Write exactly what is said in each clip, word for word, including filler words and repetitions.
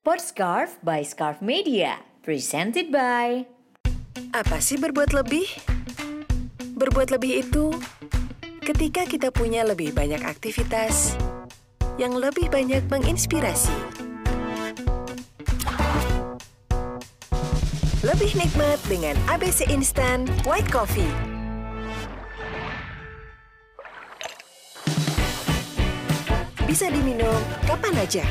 Podscarf by Scarf Media, presented by... Apa sih berbuat lebih? Berbuat lebih itu ketika kita punya lebih banyak aktivitas yang lebih banyak menginspirasi. Lebih nikmat dengan A B C Instant White Coffee. Bisa diminum kapan aja.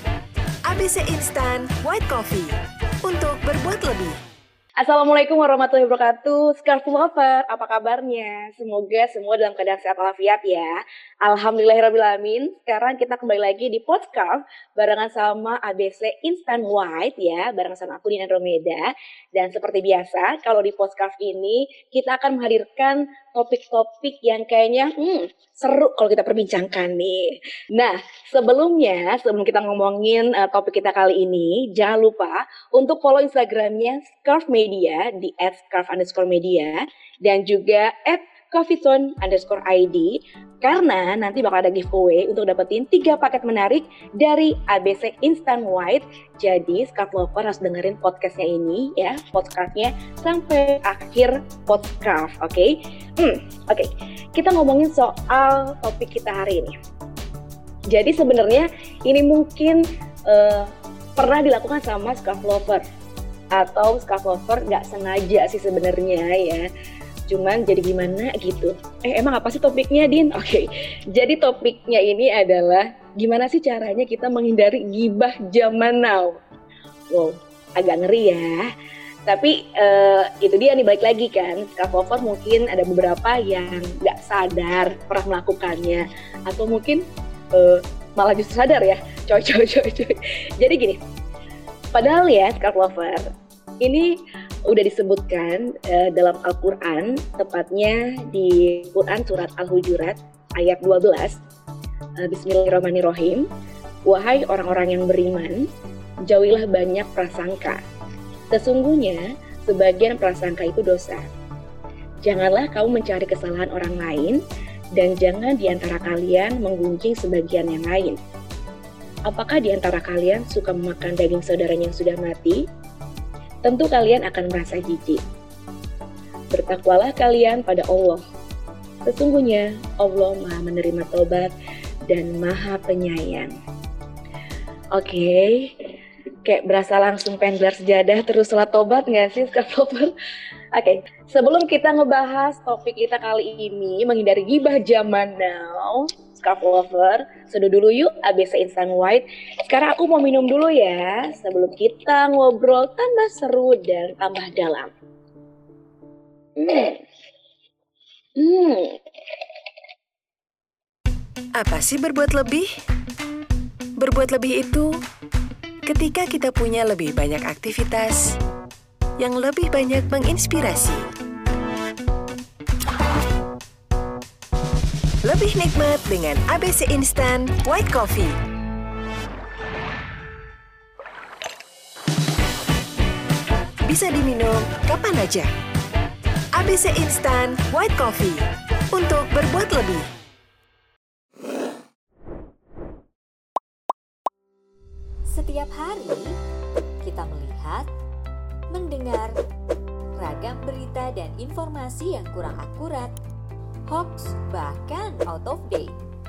A B C Instant White Coffee untuk berbuat lebih. Assalamualaikum warahmatullahi wabarakatuh, Scarf Lover, apa kabarnya? Semoga semua dalam keadaan sehat walafiat ya. Alhamdulillahirrahmanirrahim. Sekarang kita kembali lagi di Podscarf barengan sama A B C Instant White ya, barengan sama aku Dina Andromeda. Dan seperti biasa, kalau di Podscarf ini kita akan menghadirkan topik-topik yang kayaknya hmm, seru kalau kita perbincangkan nih. Nah, sebelumnya, sebelum kita ngomongin uh, topik kita kali ini, jangan lupa untuk follow Instagramnya Scarf Media di at scarf underscore media dan juga at coffeezone underscore id karena nanti bakal ada giveaway untuk dapetin tiga paket menarik dari A B C Instant White. Jadi Scarf Lover harus dengerin podcastnya ini ya, podcastnya sampai akhir podcast, oke? Okay? Hmm, oke. Okay. Kita ngomongin soal topik kita hari ini. Jadi sebenarnya ini mungkin uh, pernah dilakukan sama Scarf Lover atau Scarf Lover nggak sengaja sih sebenarnya ya. Cuman jadi gimana gitu. Eh emang apa sih topiknya, Din? Oke, okay. Jadi topiknya ini adalah gimana sih caranya kita menghindari gibah zaman now. Wow, agak ngeri ya. Tapi uh, itu dia nih, balik lagi kan. Scarf Lover mungkin ada beberapa yang nggak sadar pernah melakukannya. Atau mungkin uh, malah justru sadar ya. Coy, coy, coy, coy. Jadi gini, padahal ya Scarf Lover, ini udah disebutkan uh, dalam Al-Quran, tepatnya di Quran Surat Al-Hujurat ayat dua belas. Uh, Bismillahirrahmanirrahim. Wahai orang-orang yang beriman, jauhilah banyak prasangka. Sesungguhnya sebagian prasangka itu dosa. Janganlah kamu mencari kesalahan orang lain, dan jangan di antara kalian menggunjing sebagian yang lain. Apakah di antara kalian suka memakan daging saudaranya yang sudah mati? Tentu kalian akan merasa jijik. Bertakwalah kalian pada Allah. Sesungguhnya Allah Maha menerima taubat dan Maha penyayang. Oke, okay. Kayak berasa langsung pengen gelar sejadah terus sholat tobat nggak sih, Scarf Lover? Oke, okay. Sebelum kita ngebahas topik kita kali ini, menghindari gibah zaman now, Scarf Lover, seduh dulu yuk A B C Instant White. Sekarang aku mau minum dulu ya, sebelum kita ngobrol tambah seru dan tambah dalam. Hmm. Hmm. Apa sih berbuat lebih? Berbuat lebih itu ketika kita punya lebih banyak aktivitas yang lebih banyak menginspirasi. Lebih nikmat dengan A B C Instant White Coffee. Bisa diminum kapan aja. A B C Instant White Coffee untuk berbuat lebih. Setiap hari kita melihat, mendengar ragam berita dan informasi yang kurang akurat, hoax bahkan out of date.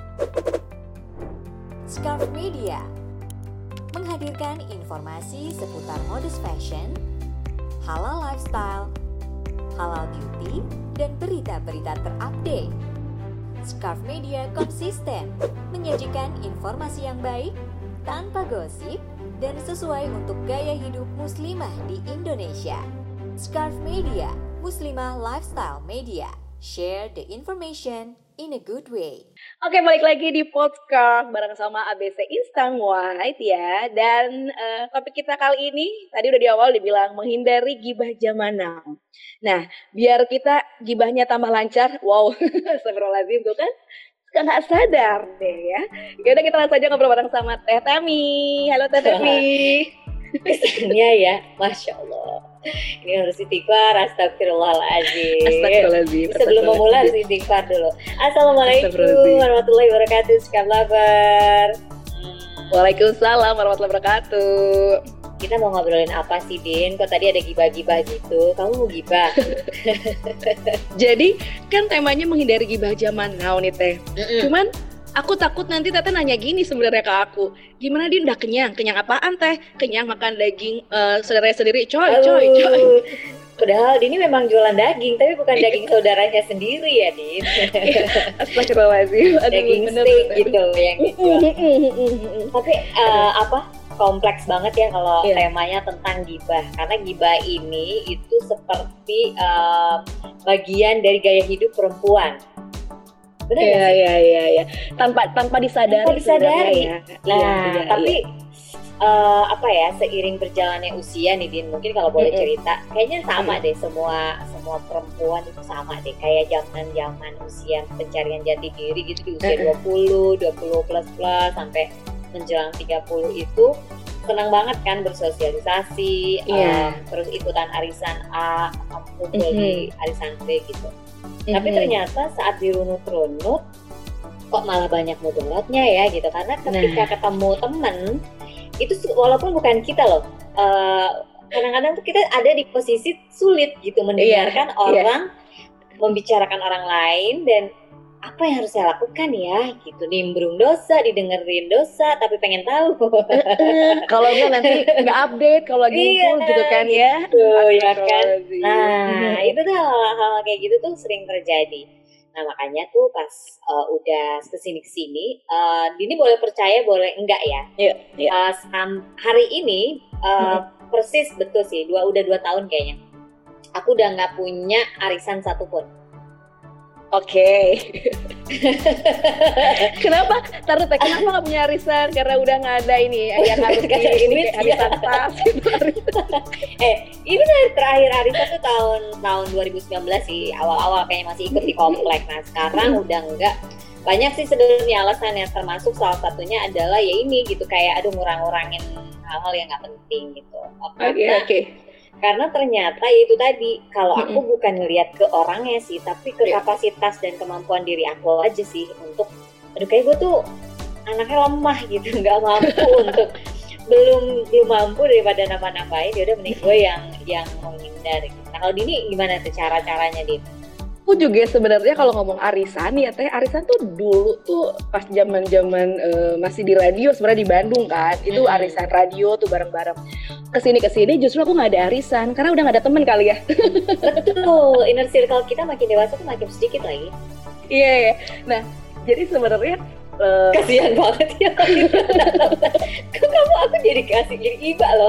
Scarf Media menghadirkan informasi seputar modus fashion, halal lifestyle, halal beauty, dan berita-berita terupdate. Scarf Media konsisten menyajikan informasi yang baik, tanpa gosip, dan sesuai untuk gaya hidup muslimah di Indonesia. Scarf Media, Muslimah Lifestyle Media. Share the information in a good way. Oke, balik lagi di podcast bareng sama A B C Instant White ya. Dan uh, topik kita kali ini tadi udah di awal dibilang menghindari gibah zaman now. Nah, biar kita gibahnya tambah lancar, wow, astagfirullahaladzim tuh kan, kan nggak sadar deh ya. Yaudah kita langsung aja ngobrol bareng sama Teh Tami. Halo Teh Tami. Kesannya ya, Masya Allah. Ini harus istighfar, astagfirullahaladzim. Astagfirullahaladzim. Sebelum memulai harus istighfar dulu. Assalamualaikum warahmatullahi wabarakatuh, Scarf Lover. Hmm, Waalaikumsalam warahmatullahi wabarakatuh. Kita mau ngobrolin apa sih, Din? Kok tadi ada gibah-gibah gitu? Kamu mau gibah? Jadi kan temanya menghindari gibah zaman now nih Teh. Mm-mm. Cuman aku takut nanti Tete nanya gini sebenarnya ke aku. Gimana Din, udah kenyang? Kenyang apaan Teh? Kenyang makan daging uh, saudara sendiri? Coy, coy, coy. Padahal Dini memang jualan daging, tapi bukan daging saudaranya sendiri ya, Din. Astagfirullahaladzim. Aduh, Daging bener, steak bener. gitu yang dijual. Tapi uh, apa? Kompleks banget ya kalau Iya. temanya tentang gibah. Karena gibah ini itu seperti uh, bagian dari gaya hidup perempuan. Benar Iya, nggak sih? iya, iya, iya. Tanpa tanpa disadari. Tanpa disadari. sebenarnya ya. Nah, Iya, iya, tapi iya. uh, apa ya, seiring berjalannya usia nih, Din, mungkin kalau boleh Mm-mm. cerita, kayaknya sama Mm. deh, semua semua perempuan itu sama deh, kayak zaman-zaman usia pencarian jati diri gitu di usia Mm-mm. dua puluh, dua puluh plus plus sampai menjelang tiga puluh itu senang banget kan bersosialisasi, Iya. um, terus ikutan arisan A, kumpul di arisan B gitu. Tapi Mhm. ternyata saat dirunut-runut kok malah banyak mudaratnya ya gitu, karena ketika Nah. ketemu temen itu su- walaupun bukan kita loh, eh, kadang-kadang tuh kita ada di posisi sulit gitu mendengarkan Iya, orang membicarakan orang lain dan apa yang harus saya lakukan ya gitu, nimbrung dosa, didengerin dosa tapi pengen tahu. Eh, kalau enggak nanti nggak update kalau lagi Iya, ngumpul gitu kan ya. Tuh, ya kan. Astagfirullahaladzim. Nah, itu tuh hal-hal kayak gitu tuh sering terjadi. Nah, makanya tuh pas uh, udah kesini-kesini, uh, Dini boleh percaya, boleh enggak ya. Iya, iya. Uh, sam- hari ini, uh, persis betul sih, dua, udah dua tahun kayaknya. Aku udah nggak punya arisan satupun. Oke. Kenapa? Taruh Teh, kenapa nggak punya arisan? Karena udah nggak ada ini yang harus di Nggak ada ini duit, kayak arisan ya. tas gitu. Eh, ini benar terakhir arisan tuh tahun tahun dua ribu sembilan belas sih, awal-awal kayaknya masih ikut di komplek. Nah, sekarang udah enggak. Banyak sih sebenarnya alasan, yang termasuk salah satunya adalah ya ini gitu, kayak aduh ngurang-ngurangin hal-hal yang nggak penting gitu. Oke, Karena oke. karena ternyata ya itu tadi, kalau aku bukan ngelihat ke orangnya sih, tapi ke Iya. kapasitas dan kemampuan diri aku aja sih untuk, aduh kayak gue tuh anaknya lemah gitu, nggak mampu untuk belum belum mampu daripada nambah-nambahin, ya udah mending gue yang yang menghindar gitu. Nah, kalau Dini gimana tuh cara-caranya, Din? Aku juga sebenarnya kalau ngomong arisan ya Teh, arisan tuh dulu tuh pas zaman-zaman eh, masih di radio sebenarnya di Bandung kan, itu Hmm. arisan radio tuh bareng-bareng. Kesini kesini justru aku nggak ada arisan karena udah nggak ada temen kali ya. Betul, inner circle kita makin dewasa tuh makin sedikit lagi. Iya, iya. Nah jadi sebenarnya eh, Kasihan banget ya. Kok kamu aku jadi kasih jadi iba loh.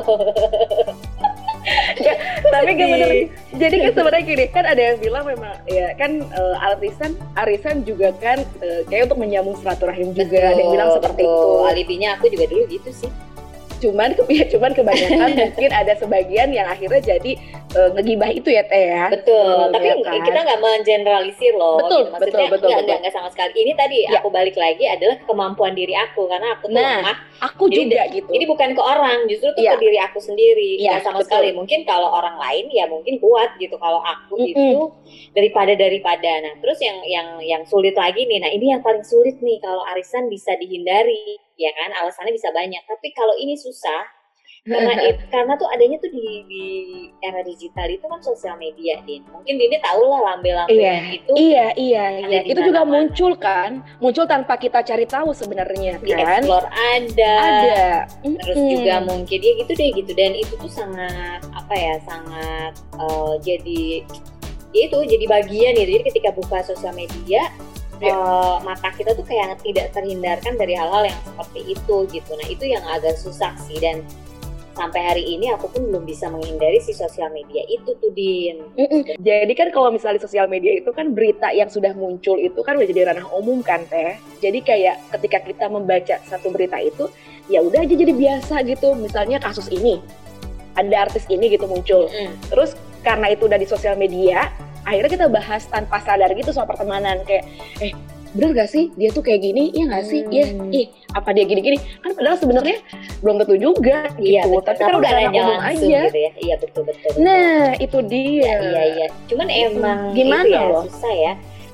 tapi kan bener, jadi kan sebenarnya gini, kan ada yang bilang memang ya kan eh, arisan arisan juga kan eh, kayak untuk menyambung silaturahim juga, ada yang bilang seperti betul. itu. Alibinya aku juga dulu gitu sih. Cuman ke, ya, cuman kebanyakan mungkin ada sebagian yang akhirnya jadi uh, ngegibah itu ya Teh ya. Betul, Hmm, tapi ya kan? kita nggak mengeneralisir loh. Betul, gitu. Maksudnya betul, betul, nggak, betul. nggak, nggak sama sekali. Ini tadi Ya. aku balik lagi adalah kemampuan diri aku, karena aku tuh Nah, lemah. Aku Jadi, juga gitu. Ini bukan ke orang, justru tuh Iya. ke diri aku sendiri. Iya, Nggak sama betul. sekali. Mungkin kalau orang lain ya mungkin kuat gitu. Kalau aku Mm-mm. itu daripada daripada. Nah, terus yang yang yang sulit lagi nih. Nah, ini yang paling sulit nih, kalau arisan bisa dihindari, ya kan? Alasannya bisa banyak. Tapi kalau ini susah. Karena it- karena tuh adanya tuh di, di era digital itu kan sosial media, Din. Mungkin Dini tahu lah lambe-lambean itu Iya, iya, ada iya. di Itu juga mana-mana. muncul kan, muncul tanpa kita cari tahu sebenarnya di kan. explore ada. Ada. Terus Mm-mm. juga mungkin ya gitu deh gitu, dan itu tuh sangat apa ya, sangat eh, jadi ya itu jadi bagian gitu. Jadi ketika buka sosial media, Ya. eh, mata kita tuh kayak tidak terhindarkan dari hal-hal yang seperti itu gitu. Nah, itu yang agak susah sih, dan sampai hari ini aku pun belum bisa menghindari si sosial media itu tuh, Din. Mm-mm. Jadi kan kalau misalnya di sosial media itu kan berita yang sudah muncul itu kan udah jadi ranah umum kan Teh. Jadi kayak ketika kita membaca satu berita itu, ya udah aja jadi biasa gitu. Misalnya kasus ini, ada artis ini gitu muncul. Mm-mm. Terus karena itu udah di sosial media, akhirnya kita bahas tanpa sadar gitu soal pertemanan. Kayak, eh bener gak sih dia tuh kayak gini? Iya gak sih? Iya, Hmm. ih apa dia gini-gini? Kan padahal sebenarnya belum tentu juga gitu. Iya, betul. Tapi kan udah nggak ranah nanya umum langsung aja. gitu ya. Iya, betul betul. betul. Nah itu dia. Iya, iya, iya. Cuman emang Gimana itu ya, loh? susah ya.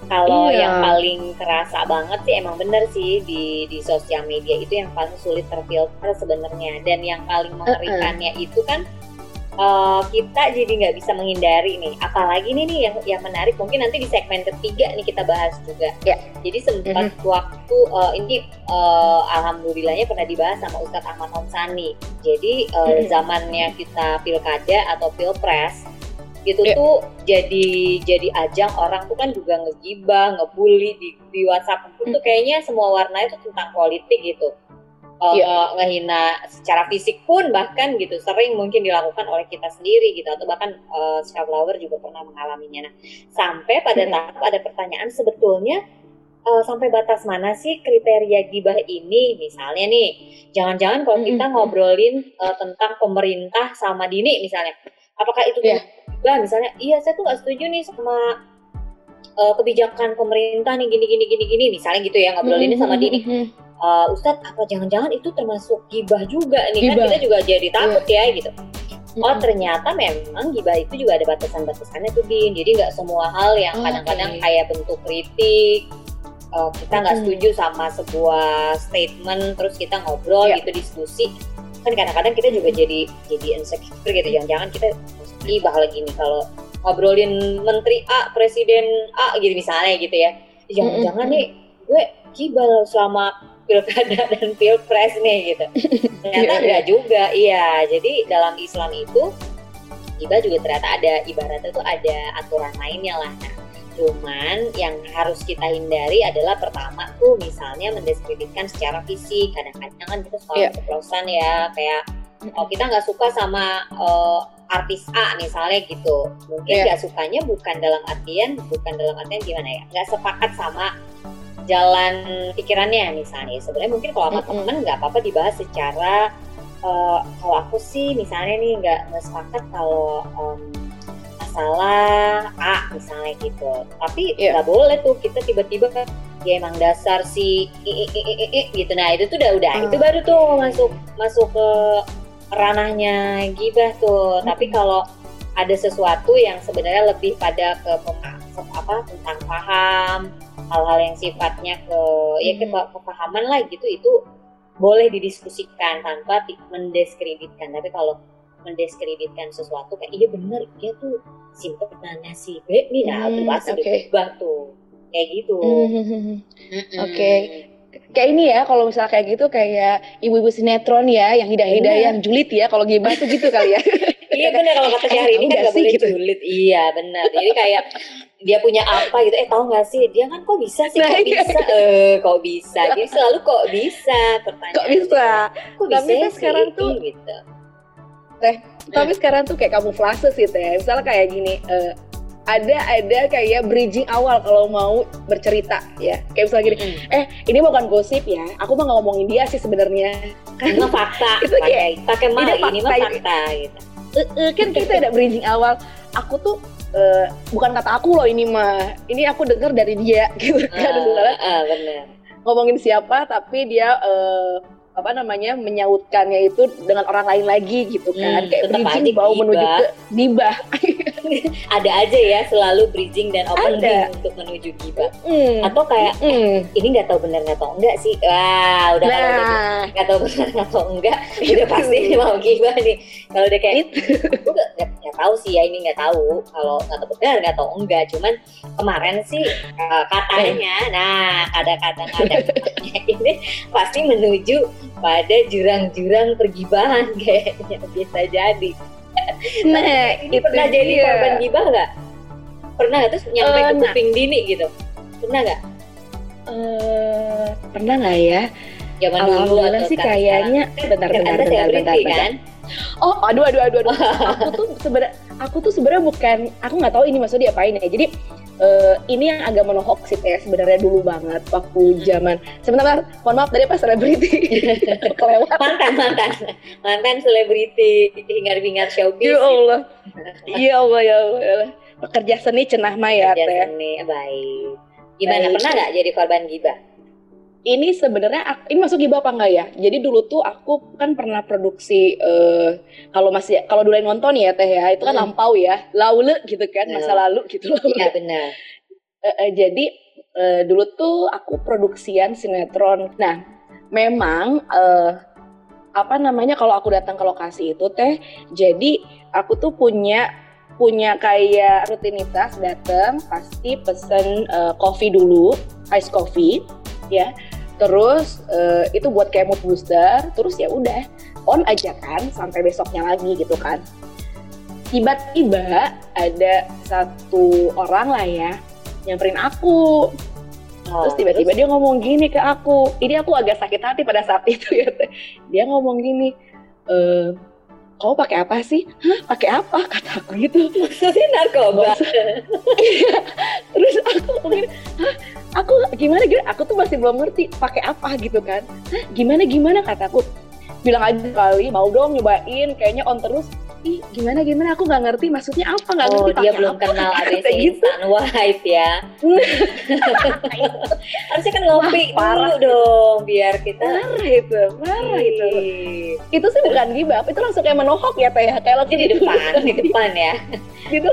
Kalau Iya. yang paling kerasa banget sih emang bener sih di di sosial media itu yang paling sulit terfilter sebenarnya, dan yang paling mengerikannya itu kan uh, kita jadi nggak bisa menghindari nih. Apalagi nih nih yang yang menarik, mungkin nanti di segmen ketiga nih kita bahas juga. Ya. Jadi sempat waktu uh, ini uh, alhamdulillahnya pernah dibahas sama Ustadz Ahmad Homsani. Jadi uh, Mhm. zamannya kita pilkada atau pilpres itu Ya. tuh jadi jadi ajang orang tuh kan juga ngegibah, ngebully di, di WhatsApp itu tuh kayaknya semua warnanya tuh tentang politik gitu. Uh, Iya. uh, ngehina secara fisik pun bahkan gitu sering mungkin dilakukan oleh kita sendiri gitu, atau bahkan uh, Skaflower juga pernah mengalaminya. Nah, sampai pada Mhm. tahap ada pertanyaan sebetulnya uh, sampai batas mana sih kriteria gibah ini? Misalnya nih, jangan-jangan kalau kita Mhm. ngobrolin uh, tentang pemerintah sama Dini misalnya, apakah itu Iya. gibah? Misalnya, iya saya tuh nggak setuju nih sama uh, kebijakan pemerintah nih gini gini gini gini, misalnya gitu ya, ngobrolinnya sama Dini. Mhm. Uh, Ustadz, apa jangan-jangan itu termasuk gibah juga nih? Gibah. Kan kita juga jadi takut ya gitu. Oh, Mhm. ternyata memang gibah itu juga ada batasan-batasannya tuh, Din. Jadi nggak semua hal yang Oh, kadang-kadang oke. kayak bentuk kritik, uh, kita nggak Mhm. setuju sama sebuah statement, terus kita ngobrol Iya. gitu, diskusi. Kan kadang-kadang kita juga jadi jadi insecure gitu. Jangan-jangan kita gibah lagi nih kalau ngobrolin Menteri A, Presiden A gitu misalnya gitu ya. Jangan-jangan Mhm. nih gue gibah selama pilkada dan pilpres nih gitu. Ternyata Iya, enggak juga, iya. Jadi dalam Islam itu gibah juga ternyata ada, ibaratnya tuh ada aturan lainnya lah. Nah, cuman yang harus kita hindari adalah pertama tuh misalnya mendiskreditkan secara fisik. Kadang-kadang kan kita suka Iya. keceplosan ya, kayak oh kita nggak suka sama uh, artis A misalnya gitu. Mungkin Iya. nggak sukanya bukan dalam artian, bukan dalam artian gimana ya? Nggak sepakat sama jalan pikirannya misalnya. Sebenarnya mungkin kalau sama Mm-mm. temen nggak apa-apa dibahas secara uh, kalau aku sih misalnya nih nggak nggak sepakat kalau um, masalah A misalnya gitu. Tapi Iya. nggak boleh tuh kita tiba-tiba kan ya emang dasar si i, i, i, i, i, gitu. Nah itu tuh udah udah Ah. itu baru tuh masuk masuk ke ranahnya gibah tuh. Tapi kalau ada sesuatu yang sebenarnya lebih pada ke pema- apa tentang paham, hal-hal yang sifatnya ke ya ke Mhm. kepahaman lah gitu, itu boleh didiskusikan tanpa di- mendiskreditkan. Tapi kalau mendiskreditkan sesuatu kayak iya bener dia tuh simpenannya si B nih, nah Hmm, itu pasti udah oke. gibah tuh kayak gitu. Mhm. Mm-mm. Oke. Kayak ini ya, kalau misalnya kayak gitu kayak ibu-ibu sinetron ya, yang hidayah-hidayah, Bener. yang julid ya, kalau gibah tuh gitu kali ya. Iya bener, kalau kata Eh, Syahrini tahu kan nggak nggak sih boleh gitu? julid. Iya bener. Jadi kayak dia punya apa gitu, eh tahu nggak sih dia kan kok bisa sih, Nah, kok iya. bisa, eh kok bisa. Jadi selalu kok bisa pertanyaan. Kok bisa? Kok Tapi bisa kan sih sekarang ini, tuh- gitu. Tapi sekarang tuh kayak kamuflase sih Teh. Misalnya kayak gini, eh, ada ada kayak bridging awal kalau mau bercerita ya. Kayak misalnya gini, Mm-mm. eh ini bukan gosip ya, aku mah nggak ngomongin dia sih sebenarnya. Ini mah fakta, Itu pakai pakai mah ini ini mah fakta, fakta gitu. Eh, eh, kan kita ada bridging awal. Aku tuh eh, bukan kata aku loh ini mah, ini aku dengar dari dia gitu kan. Misalnya Ah, ah, bener. ngomongin siapa tapi dia eh, apa namanya menyautkannya itu dengan orang lain lagi gitu kan. Hmm, Kayak tetep bridging aja mau menuju gibah. ke gibah. Ada aja ya selalu bridging dan opening Ada. untuk menuju gibah. Hmm. Atau kayak Hmm. ini nggak tahu benar nggak tahu enggak sih. Wah, udah kalau udah Nah, nggak tahu benar nggak tahu enggak, udah pasti ini mau gibah nih. Kalau udah kayak aku nggak nggak tahu sih ya, ini nggak tahu kalau nggak tahu benar nggak tahu enggak. Cuman kemarin sih uh, katanya, nah kata-kata katanya ini pasti menuju pada jurang-jurang pergibahan kayaknya, bisa jadi. nah Ini pernah itu jadi dia. korban gibah nggak? Pernah nggak, terus nyampe Eh, ke nah. kuping Dini gitu? Pernah nggak? Eh, pernah nggak ya? Zaman dulu Alhamdulillah atau sih sekarang? kayaknya. Kan- Bentar, kan bentar, Anda bentar, selebriti bentar, bentar. kan? Oh, aduh, aduh, aduh, aduh. Aku tuh sebenarnya, aku tuh sebenarnya bukan, aku nggak tahu ini maksudnya diapain ya. Jadi eh, ini yang agak menohok sih ya sebenarnya dulu banget waktu zaman. Sebentar, mohon maaf tadi apa selebriti? Kelewat. Mantan, mantan, mantan selebriti, hingar-bingar showbiz. Ya Allah, ya Allah, ya Allah, ya Allah. Pekerja seni cenah mah ya Kerja teh. seni, baik. Gimana, Baik. pernah nggak jadi korban gibah? Ini sebenarnya ak- ini masuk gibah apa enggak ya? Jadi dulu tuh aku kan pernah produksi eh, kalau masih kalau dulu yang nonton ya teh ya, itu kan Hmm. lampau ya, laule gitu kan, masa Hmm. lalu gitu lalu. Iya benar. Uh, uh, jadi uh, dulu tuh aku produksian sinetron. Nah, memang uh, apa namanya kalau aku datang ke lokasi itu teh, jadi aku tuh punya punya kayak rutinitas datang pasti pesen uh, coffee dulu, ice coffee, ya. Terus uh, itu buat kayak mood booster. Terus ya udah on aja kan sampai besoknya lagi gitu kan. Tiba-tiba ada satu orang lah ya nyamperin aku. Oh, terus tiba-tiba terus? Dia ngomong gini ke aku. Ini aku agak sakit hati pada saat itu ya. Dia ngomong gini, e, kamu pakai apa sih? Hah, pakai apa? Kata aku gitu. Maksudnya narkoba. Iya. Terus aku ngomong, hah, aku gimana gitu? Aku tuh masih belum ngerti pakai apa gitu kan. Hah, gimana gimana kata aku. Bilang aja kali, mau dong nyobain, kayaknya on terus. Ih, gimana gimana aku nggak ngerti maksudnya apa, nggak oh, ngerti dia belum apa. Kenal A B C gitu. Instant White ya. Harusnya kan ngopi Wah, parah dulu dong biar kita parah itu parah itu itu sih bukan gibah, itu langsung kayak menohok ya teh, kayak lo di depan di depan ya gitu.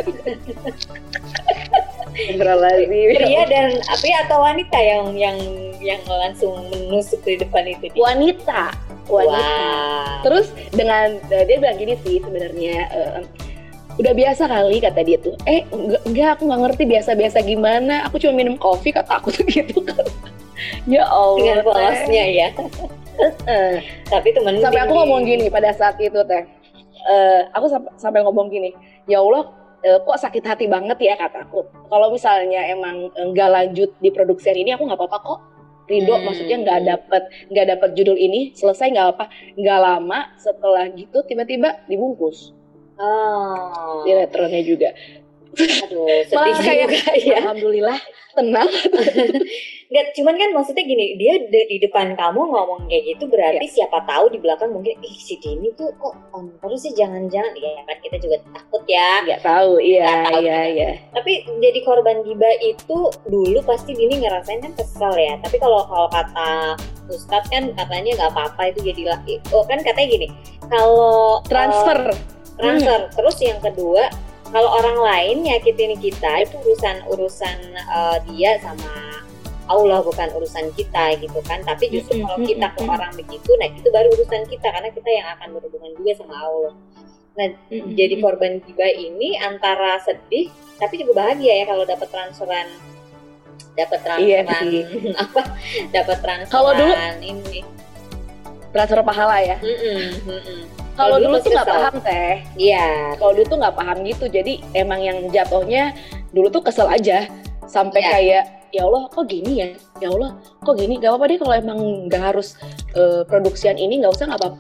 Pria dan apa atau wanita yang yang yang langsung menusuk di depan itu? Wanita, wanita. Wow. Terus dengan uh, dia bilang gini sih sebenarnya, uh, udah biasa kali kata dia tuh. Eh enggak, enggak aku nggak ngerti biasa-biasa gimana. Aku cuma minum kopi kata aku tuh gitu kan. Ya Allah. Dengan polosnya ya. uh, Tapi temen sampai aku ngomong gini pada saat itu teh. Uh, aku sampai, sampai ngomong gini, ya Allah. E, kok sakit hati banget ya kataku. Kalau misalnya emang nggak lanjut di produksian ini, aku nggak apa-apa kok. Ridho, hmm. maksudnya nggak dapet nggak dapet judul ini, selesai nggak apa. Nggak lama setelah gitu tiba-tiba dibungkus. Oh. Sinetronnya juga. Aduh, sedih kayak, juga ya. Alhamdulillah, tenang. Nggak, cuman kan maksudnya gini, dia di, di depan kamu ngomong kayak gitu, berarti ya. Siapa tahu di belakang mungkin, ih si Dini tuh kok on terus sih, jangan-jangan ya kan kita juga takut ya. Nggak tahu, iya, tahu, iya, kan. iya. Tapi jadi korban gibah itu dulu pasti Dini ngerasain kan kesel ya. Tapi kalau kalau kata Ustadz kan katanya nggak apa-apa itu jadi laki. Oh kan katanya gini, kalau transfer, uh, transfer. Hmm. Terus yang kedua, kalau orang lain nyakitin kita itu urusan urusan uh, dia sama Allah, bukan urusan kita gitu kan. Tapi justru kalau kita ke orang begitu, nah itu baru urusan kita karena kita yang akan berhubungan juga sama Allah. Nah mm-hmm. jadi korban gibah ini antara sedih tapi juga bahagia ya kalau dapat transferan, dapat transferan iya, apa? Dapat transferan kalau dulu ini transfer pahala ya. Mm-mm, mm-mm. Kalau dulu, dulu tuh nggak paham teh. Iya. Kalau dulu tuh nggak paham gitu. Jadi emang yang jatuhnya dulu tuh kesel aja sampai ya. Kayak ya Allah kok gini ya, ya Allah kok gini. Gak apa-apa deh kalau emang nggak harus uh, produksian ini nggak usah nggak apa-apa.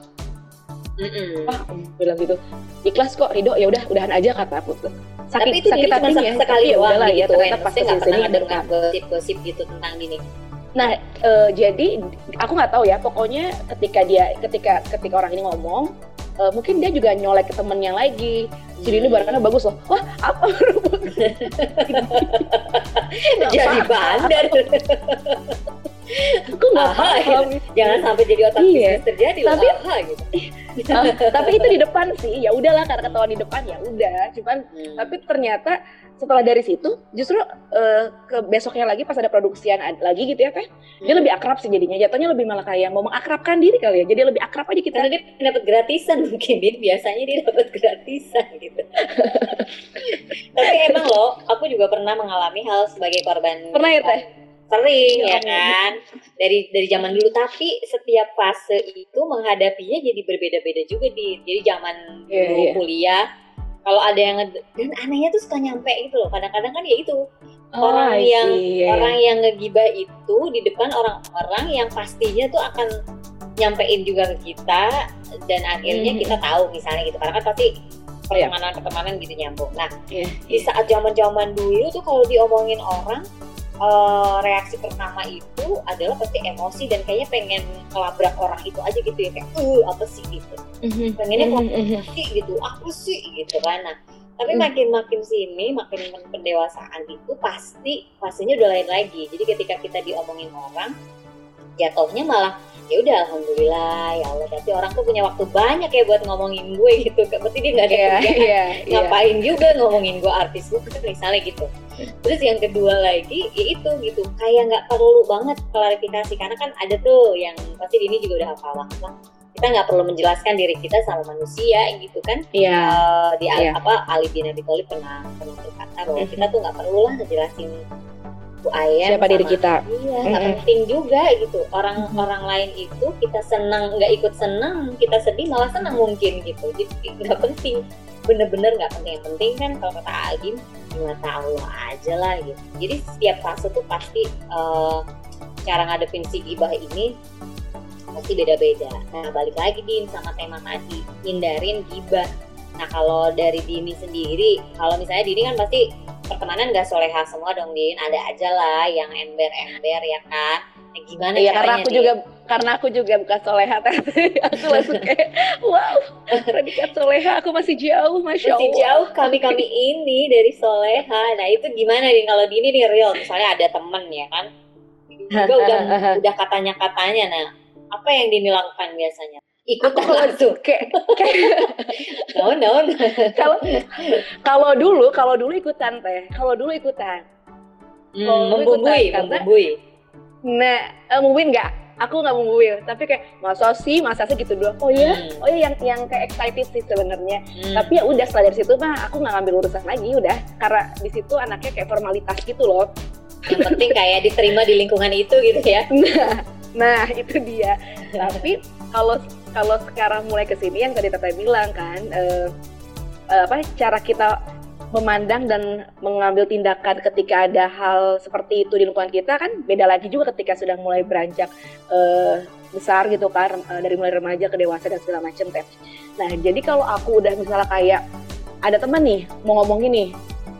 Ah, bilang gitu. Ikhlas kok Ridho, ya udah udahan aja kata aku tuh. Sakit, tapi itu sakit cuma hatinya. Sekali ya udahlah gitu, ya ternyata pas nggak pernah ada dengar gosip-gosip gitu tentang gini. Nah, uh, jadi aku nggak tahu ya. Pokoknya ketika dia, ketika ketika orang ini ngomong, uh, mungkin dia juga nyolek ke temennya lagi. Si Dini barangnya bagus loh. Wah, apa? Jadi bandar. Aku nggak paham. Gitu. Jangan sampai jadi otak iya. bisnis terjadi loh. Tapi, aha, gitu. uh, tapi itu di depan sih. Ya udahlah karena ketahuan di depan ya udah. Cuman hmm. tapi ternyata setelah dari situ justru uh, ke besoknya lagi pas ada produksian ad- lagi gitu ya teh, hmm. dia lebih akrab sih jadinya. Jatuhnya lebih malah kayak mau mengakrabkan diri kali ya. Jadi lebih akrab aja kita. Karena dia dapat gratisan mungkin. Dia biasanya dia dapat gratisan gitu. Tapi emang loh, aku juga pernah mengalami hal sebagai korban. Pernah ya teh? Sering ya, ya kan. Dari dari zaman dulu. Tapi setiap fase itu menghadapinya jadi berbeda-beda juga di. Jadi zaman yeah, dulu yeah. kuliah. Kalau ada yang nge- dan anehnya tuh suka nyampe gitu loh. Kadang-kadang kan ya itu oh, orang yang yeah. orang yang ngegibah itu di depan orang-orang yang pastinya tuh akan nyampein juga ke kita dan akhirnya mm. kita tahu misalnya gitu. Karena kan pasti pertemanan-pertemanan gitu nyambung. Nah, yeah. di saat zaman-zaman dulu tuh kalau diomongin orang uh, reaksi pertama itu adalah pasti emosi dan kayaknya pengen kelabrak orang itu aja gitu ya, kayak uh apa sih gitu. Mm-hmm. Pengennya mm-hmm. sih gitu, apa sih gitu kan. Nah, tapi mm. makin-makin sini, makin pendewasaan itu pasti pastinya udah lain lagi. Jadi ketika kita diomongin orang, jatuhnya malah ya udah alhamdulillah ya Allah, berarti orang tuh punya waktu banyak ya buat ngomongin gue gitu, berarti dia nggak ada Iya, kerjaan, iya, ngapain juga ngomongin gue artis gue misalnya gitu. Terus yang kedua lagi ya itu gitu, kayak nggak perlu banget klarifikasi, karena kan ada tuh yang pasti Dini juga udah hafal banget lah, kita nggak perlu menjelaskan diri kita sama manusia gitu kan. Iya. Uh, di Iya. apa Ali bin Abi Thalib pernah pernah berkata bahwa Mhm. kita tuh nggak perlu lah ngejelasin Bu Ayam Siapa diri sama- kita. Iya, nggak Mhm. penting juga gitu. Orang Mhm. orang lain itu kita senang nggak ikut senang, kita sedih malah senang mungkin gitu. Jadi nggak penting, bener-bener nggak penting. Yang penting kan kalau kata Agim, di mata Allah aja lah gitu. Jadi setiap fase tuh pasti uh, cara ngadepin si gibah ini pasti beda-beda. Nah balik lagi Din sama tema tadi, hindarin gibah. Nah kalau dari Dini sendiri, kalau misalnya Dini kan pasti pertemanan gak soleha semua dong Din, ada aja lah yang ember-ember ya kan. Nah, gimana Iya, caranya karena aku Din? juga karena aku juga bukan soleha tapi aku langsung kayak wow, predikat soleha aku masih jauh, masya Masih Allah. jauh kami-kami ini dari soleha. Nah itu gimana Din kalau Dini nih real, misalnya ada temen ya kan, juga udah udah katanya-katanya, nah apa yang Dini lakukan biasanya? Ikutan Aku kalau- langsung. Kayak kayak- Daun daun. kalau kalau dulu kalau dulu ikutan teh, kalau dulu ikutan. Hmm, Kalau membumbui, ikutan, karena- membumbui. Nah, eh, mungkin nggak, aku nggak membuil, tapi kayak masa sih, masa sih gitu doang. Oh iya, Hmm. oh iya yang yang kayak excited sih sebenarnya. Hmm. Tapi ya udah setelah dari situ mah aku nggak ngambil urusan lagi udah, karena di situ anaknya kayak formalitas gitu loh. Yang penting kayak diterima di lingkungan itu gitu ya. Nah, nah itu dia. Tapi kalau kalau sekarang mulai kesini yang tadi Tata bilang kan, eh, eh, apa cara kita memandang dan mengambil tindakan ketika ada hal seperti itu di lingkungan kita kan beda lagi juga ketika sudah mulai beranjak eh, besar gitu kan, eh, dari mulai remaja ke dewasa dan segala macam teh. Nah jadi kalau aku udah misalnya kayak ada teman nih mau ngomongin nih,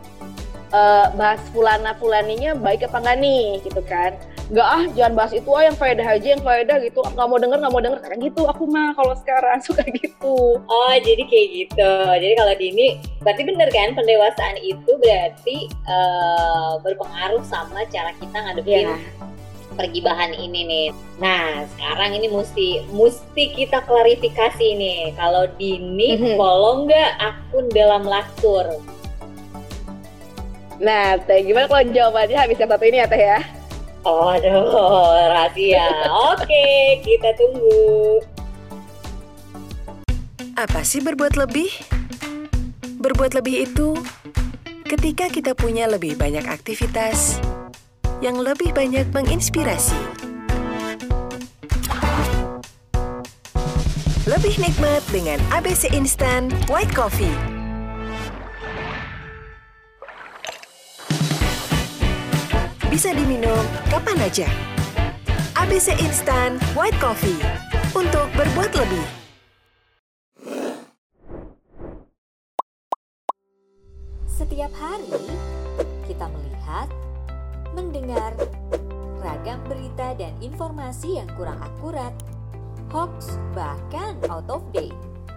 eh, bahas fulana fulaninya baik apa enggak nih gitu kan, nggak ah jangan bahas itu ah yang faedah aja yang faedah gitu, nggak mau denger nggak mau denger kayak gitu aku mah kalau sekarang suka gitu. Oh jadi kayak gitu. Jadi kalau Dini berarti bener kan, pendewasaan itu berarti eh, berpengaruh sama cara kita ngadepin Iya. pergibahan ini nih. Nah sekarang ini mesti mesti kita klarifikasi nih. Kalau Dini Mhm. follow nggak akun dalam Lastur? Nah teh gimana kalau jawabannya habis yang satu ini ya teh ya? Oh aduh rahasia. Oke kita tunggu. Apa sih berbuat lebih? Berbuat lebih itu ketika kita punya lebih banyak aktivitas yang lebih banyak menginspirasi. Lebih nikmat dengan A B C Instan White Coffee. Bisa diminum kapan aja. A B C Instan White Coffee untuk berbuat lebih. Setiap hari kita melihat, mendengar ragam berita dan informasi yang kurang akurat, hoax bahkan out of date.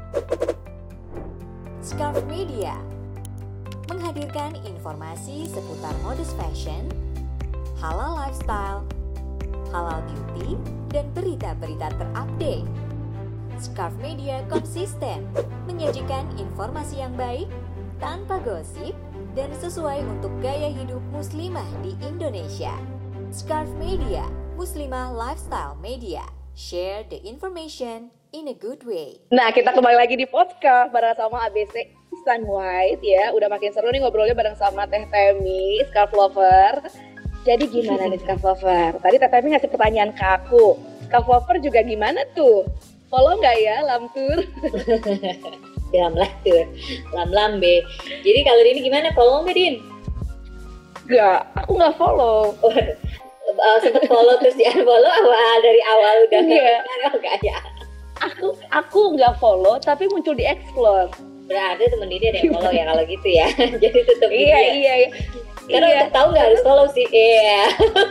Scarf Media menghadirkan informasi seputar modus fashion, halal lifestyle, halal beauty, dan berita-berita terupdate. Scarf Media konsisten menyajikan informasi yang baik, tanpa gosip, dan sesuai untuk gaya hidup muslimah di Indonesia. Scarf Media, Muslimah Lifestyle Media. Share the information in a good way. Nah kita kembali lagi di podcast bareng sama A B C Instan White ya. Udah makin seru nih ngobrolnya bareng sama Teh Temi, Scarf Lover. Jadi gimana nih Scarf Lover? Tadi Teh Temi ngasih pertanyaan ke aku. Scarf Lover juga gimana tuh? Follow nggak ya Lamtur? Dalam Lastur, lam lambe. Jadi kalau Dini gimana? Follow nggak Din? Nggak, aku nggak follow. Uh, sempet follow terus di unfollow apa dari awal udah Iya. enggak ya? Aku aku nggak follow tapi muncul di explore. Berarti temen Dini ada yang follow ya kalau gitu ya. Jadi tetap Iya dia. iya iya. Karena Iya. untuk tahu nggak harus follow sih. Iya.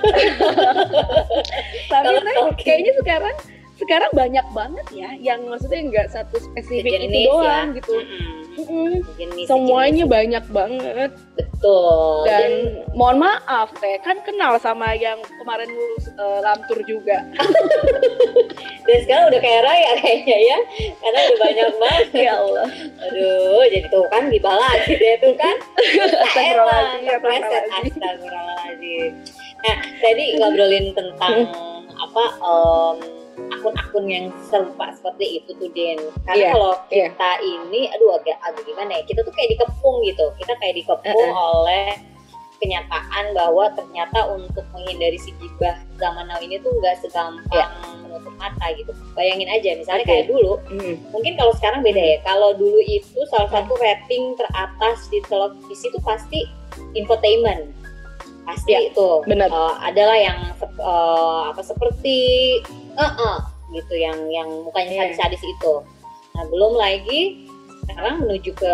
Tapi Kalau Teh, stalking. kayaknya sekarang sekarang banyak banget ya yang maksudnya nggak satu spesifik itu Sejenis doang ya. gitu. Mm-mm. Mm-mm. Bikin misi, Semuanya misi. banyak banget. Betul. Dan, Dan mohon maaf teh, kan kenal sama yang kemarin ngurus uh, lamtur juga. dan sekarang udah kayak raya kayaknya ya, karena udah banyak banget. Ya Allah. Aduh, jadi tuh kan gibah lagi deh tuh kan. Astagfirullahaladzim, Emang kepleset, astagfirullahaladzim. astagfirullahaladzim. Nah, tadi ngobrolin tentang apa um, akun-akun yang serupa seperti itu tuh Den. Karena Iya, kalau iya. kita ini, aduh agak agak gimana ya? Kita tuh kayak dikepung gitu. Kita kayak dikepung Uh-uh. oleh kenyataan bahwa ternyata untuk menghindari si gibah zaman now ini tuh nggak segampang Iya. menutup mata gitu. Bayangin aja, misalnya Oke. kayak dulu. Mm. Mungkin kalau sekarang beda ya. Kalau dulu itu salah satu rating teratas di televisi itu pasti infotainment. Pasti Ya, itu. benar. Uh, adalah yang sep- uh, apa seperti uh-uh, gitu yang yang mukanya Iya. sadis-sadis itu. Nah, belum lagi sekarang menuju ke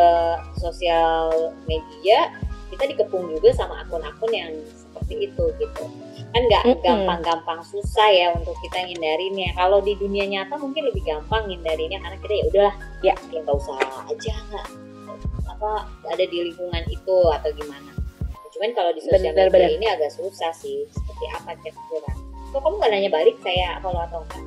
sosial media, kita dikepung juga sama akun-akun yang seperti itu gitu. Kan nggak Mm-mm. gampang-gampang susah ya untuk kita ngindarinnya. Kalau di dunia nyata mungkin lebih gampang ngindarinnya karena kita ya udahlah Ya. ya nggak usah aja nggak apa ada di lingkungan itu atau gimana. Cuman kalau di sosial Benar, media benar. ini agak susah sih. Seperti apa kira-kira? Kok kamu nggak nanya balik saya follow atau enggak?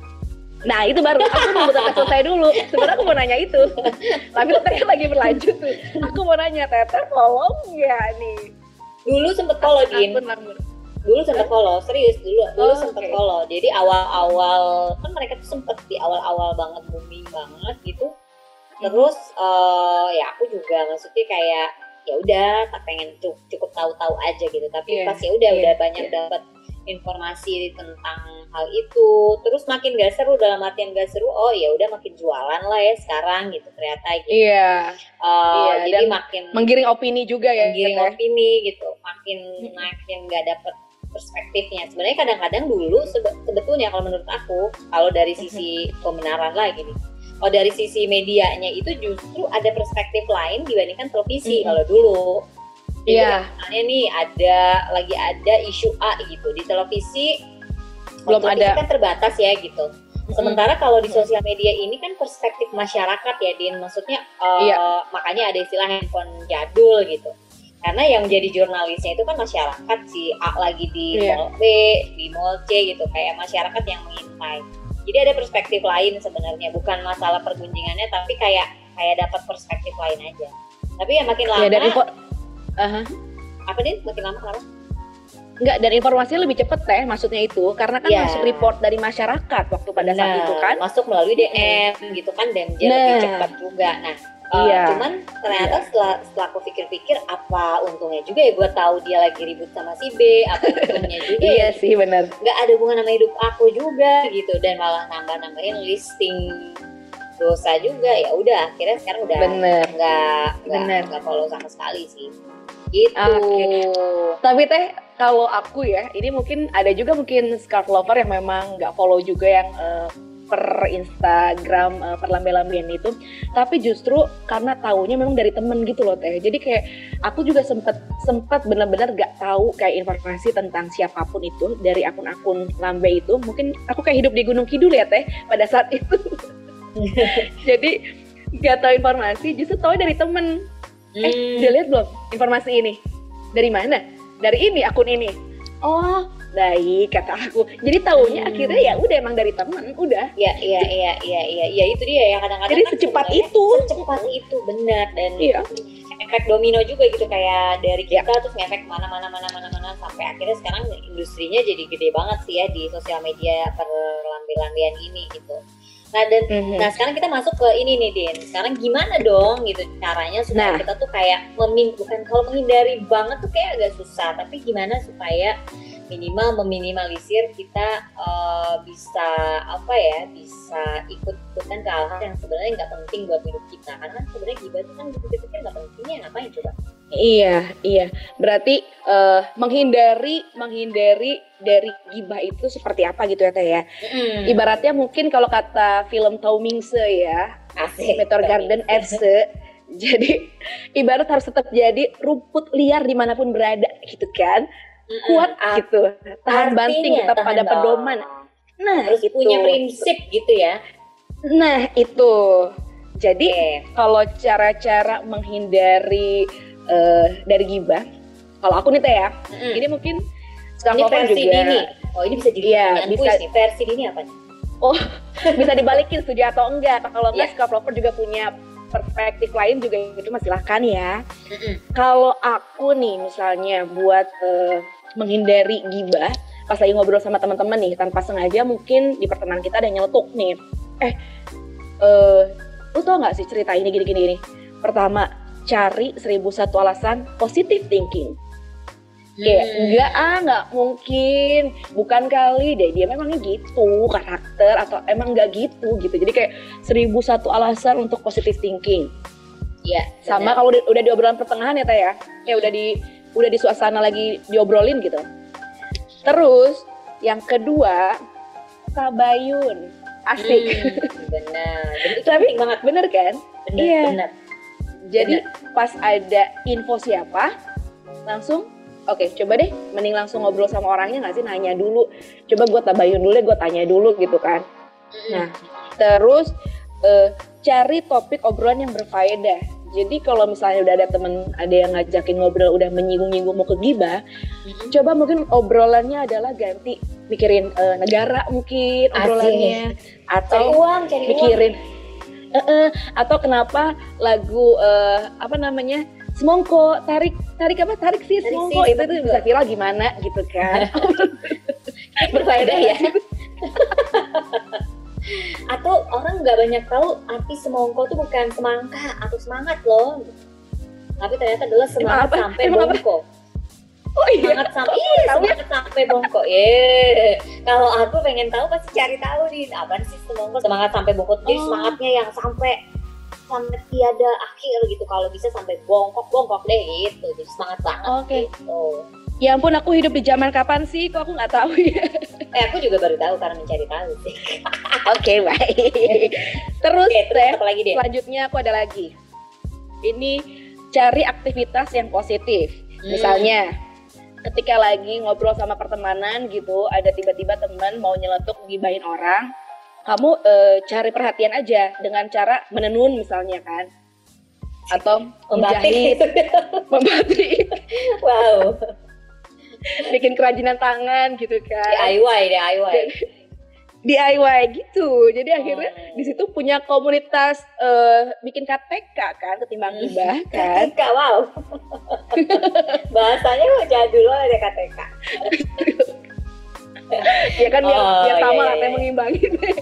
Nah itu baru, aku nunggu teteh selesai dulu. Sebenarnya aku mau nanya itu. Tapi teteh lagi berlanjut tuh. Aku mau nanya, teteh follow nggak nih? Dulu sempet follow Din. Akun Lamur. Dulu sempet follow, serius dulu dulu Oh, sempet oke. follow. Jadi awal-awal kan mereka tuh sempet di awal-awal banget booming banget gitu. Terus eh, ya aku juga maksudnya kayak ya udah tak pengen cu- cukup tahu-tahu aja gitu. Tapi Iya, pas ya udah iya, udah banyak iya. dapat informasi tentang hal itu. Terus makin gak seru, dalam artian gak seru. Oh ya udah makin jualan lah ya sekarang gitu ternyata gitu. Iya, Eh, iya, jadi dan makin menggiring opini juga ya. menggiring teteh. opini gitu, makin makin nggak dapet perspektifnya. Sebenarnya kadang-kadang dulu sebe- sebetulnya kalau menurut aku, kalau dari sisi pembenaran lagi nih, kalau dari sisi medianya itu justru ada perspektif lain dibandingkan televisi Mhm. kalau dulu. Jadi Iya. misalnya nih ada lagi ada isu A gitu di televisi, Belum kalau televisi ada. kan terbatas ya gitu. Sementara kalau di sosial media ini kan perspektif masyarakat ya Din, maksudnya eh, Iya. makanya ada istilah handphone jadul gitu. Karena yang jadi jurnalisnya itu kan masyarakat, si A lagi di Iya. mall B, di mall C gitu, kayak masyarakat yang mengintai. Jadi ada perspektif lain sebenarnya, bukan masalah pergunjingannya, tapi kayak kayak dapat perspektif lain aja. Tapi ya makin lama, Iya, dan info, Aha. apa Din? Makin lama kenapa? Enggak, dan informasinya lebih cepet teh, maksudnya itu karena kan Iya. masuk report dari masyarakat waktu pada saat Nah, itu kan. masuk melalui D M gitu kan, dan dia Nah. lebih cepat juga. Nah, uh, Iya. cuman ternyata Iya. setelah setelah aku pikir-pikir, apa untungnya juga ya gue tahu dia lagi ribut sama si B, apa untungnya juga ya Iya sih benar. nggak ada hubungan sama hidup aku juga gitu, dan malah nambah-nambahin listing dosa juga. Ya udah, akhirnya sekarang udah Bener. nggak nggak Bener. nggak follow sama sekali sih gitu. Oke. Tapi teh kalau aku ya, ini mungkin ada juga mungkin scarf lover yang memang nggak follow juga yang eh, per Instagram eh, per lambe-lambean itu, tapi justru karena taunya memang dari temen gitu loh teh. Jadi kayak aku juga sempet sempet benar-benar nggak tahu kayak informasi tentang siapapun itu dari akun-akun lambe itu. Mungkin aku kayak hidup di Gunung Kidul ya teh pada saat itu. Jadi nggak tahu informasi, justru tahu dari temen. Eh, Hmm. udah lihat belum informasi ini? Dari mana? Dari ini, akun ini. Oh, baik kata aku. Jadi taunya Hmm. akhirnya ya udah emang dari teman, udah. Ya, iya, iya, iya, iya, iya, itu dia ya, kadang-kadang Jadi kan secepat sebenarnya itu. secepat itu benar, dan Iya. efek domino juga gitu, kayak dari kita terus ngefek mana-mana mana-mana mana sampai akhirnya sekarang industrinya jadi gede banget sih ya di sosial media perlambe-lambean ini gitu. Nah dan Mhm. nah sekarang kita masuk ke ini nih Din. Sekarang gimana dong gitu caranya supaya Nah. kita tuh kayak memin bukan kalau menghindari banget tuh kayak agak susah, tapi gimana supaya minimal meminimalisir kita eh, bisa apa ya bisa ikut-ikutan ke hal-hal yang sebenarnya nggak penting buat hidup kita, karena kan sebenarnya gibah itu kan dipikir-pikir nggak pentingnya ngapain coba. Iya, iya. Berarti eh, menghindari menghindari dari gibah itu seperti apa gitu ya Teh ya. Mm. Ibaratnya mungkin kalau kata film Taumingse ya, Asik. Meteor Garden Erse. Jadi ibarat harus tetap jadi rumput liar dimanapun berada gitu kan. Mm-mm. Kuat Art- gitu, tahan banting artinya tetap tahan pada dong. pedoman. Nah, Harus itu. punya prinsip gitu ya. Nah, itu. Jadi Oke. kalau cara-cara menghindari uh, dari gibah, kalau aku nih Teh ya, Mm-mm. ini mungkin Scarf Ini Lover versi juga Dini. Oh ini bisa jadi Iya, pertanyaan bisa. kuis nih. Versi Dini apa nih? bisa dibalikin setuju atau enggak. Kalau enggak, Iya. Scarf Lover juga punya perspektif lain juga, itu masih silahkan ya. Mm-mm. Kalau aku nih misalnya buat uh, menghindari gibah, pas lagi ngobrol sama teman-teman nih, tanpa sengaja mungkin di pertemanan kita ada yang nyeletuk nih. Eh, uh, lu tau nggak sih cerita ini gini-gini? Pertama, cari seribu satu alasan positive thinking. Kayak Hmm. enggak ah, nggak mungkin, bukan kali deh, dia memangnya gitu karakter atau emang nggak gitu gitu. Jadi kayak seribu satu alasan untuk positive thinking. Iya. Sama benar. kalau udah, udah di obrolan pertengahan ya Teh ya, kayak udah di udah di suasana lagi diobrolin gitu. Terus yang kedua, tabayun, asik. Hmm, benar. Dan itu Tapi penting banget. bener kan? Benar, Iya. benar. Jadi pas ada info siapa, langsung oke coba deh, mending langsung ngobrol sama orangnya nggak sih, nanya dulu. Coba gue tabayun dulu deh, gue tanya dulu gitu kan. Nah, terus eh, cari topik obrolan yang berfaedah. Jadi kalau misalnya udah ada temen, ada yang ngajakin ngobrol udah menyinggung-nyinggung mau ke gibah, Mm-mm. coba mungkin obrolannya adalah ganti mikirin eh, negara mungkin obrolannya, Cari atau uang, cari mikirin eh, eh, atau kenapa lagu eh, apa namanya semongko tarik tarik apa tarik sih Tarik semongko sis, itu tuh betul. bisa viral gimana gitu kan. uang. Berfaedah ya. Atau orang nggak banyak tahu arti semongko itu bukan semangka atau semangat loh. Tapi ternyata adalah semangat apa? sampai Emang apa? bongko. Oh iya. Semangat sampai iya, Tahu ya? semangat sampai bongko. Ye. Kalau aku pengen tahu pasti cari tahu nih apa sih semongko. Semangat sampai bongko. Jadi Oh. semangatnya yang sampai sampai tiada akhir gitu. Kalau bisa sampai bongkok bongkok deh gitu. Jadi semangat banget. Oke. Gitu. Ya ampun, aku hidup di zaman kapan sih? Kok aku nggak tahu ya? Eh aku juga baru tahu karena mencari tahu sih. Oke, baik. Terus, Oke, terus Teh, apa lagi deh? selanjutnya aku ada lagi. Ini cari aktivitas yang positif. Hmm. Misalnya, ketika lagi ngobrol sama pertemanan gitu, ada tiba-tiba teman mau nyeletuk gibahin orang, kamu eh, cari perhatian aja dengan cara menenun misalnya kan, atau menjahit, Membatik. membatik, Wow. bikin kerajinan tangan gitu kan. D I Y, D I Y. D I Y gitu. Jadi akhirnya Oh. di situ punya komunitas eh, bikin K T K kan ketimbang gibah kan. K T K, wow. Bahasanya kok jadul loh ada K T K. Ya kan biar, Oh, biar sama iya, lah iya, teh iya. mengimbangi.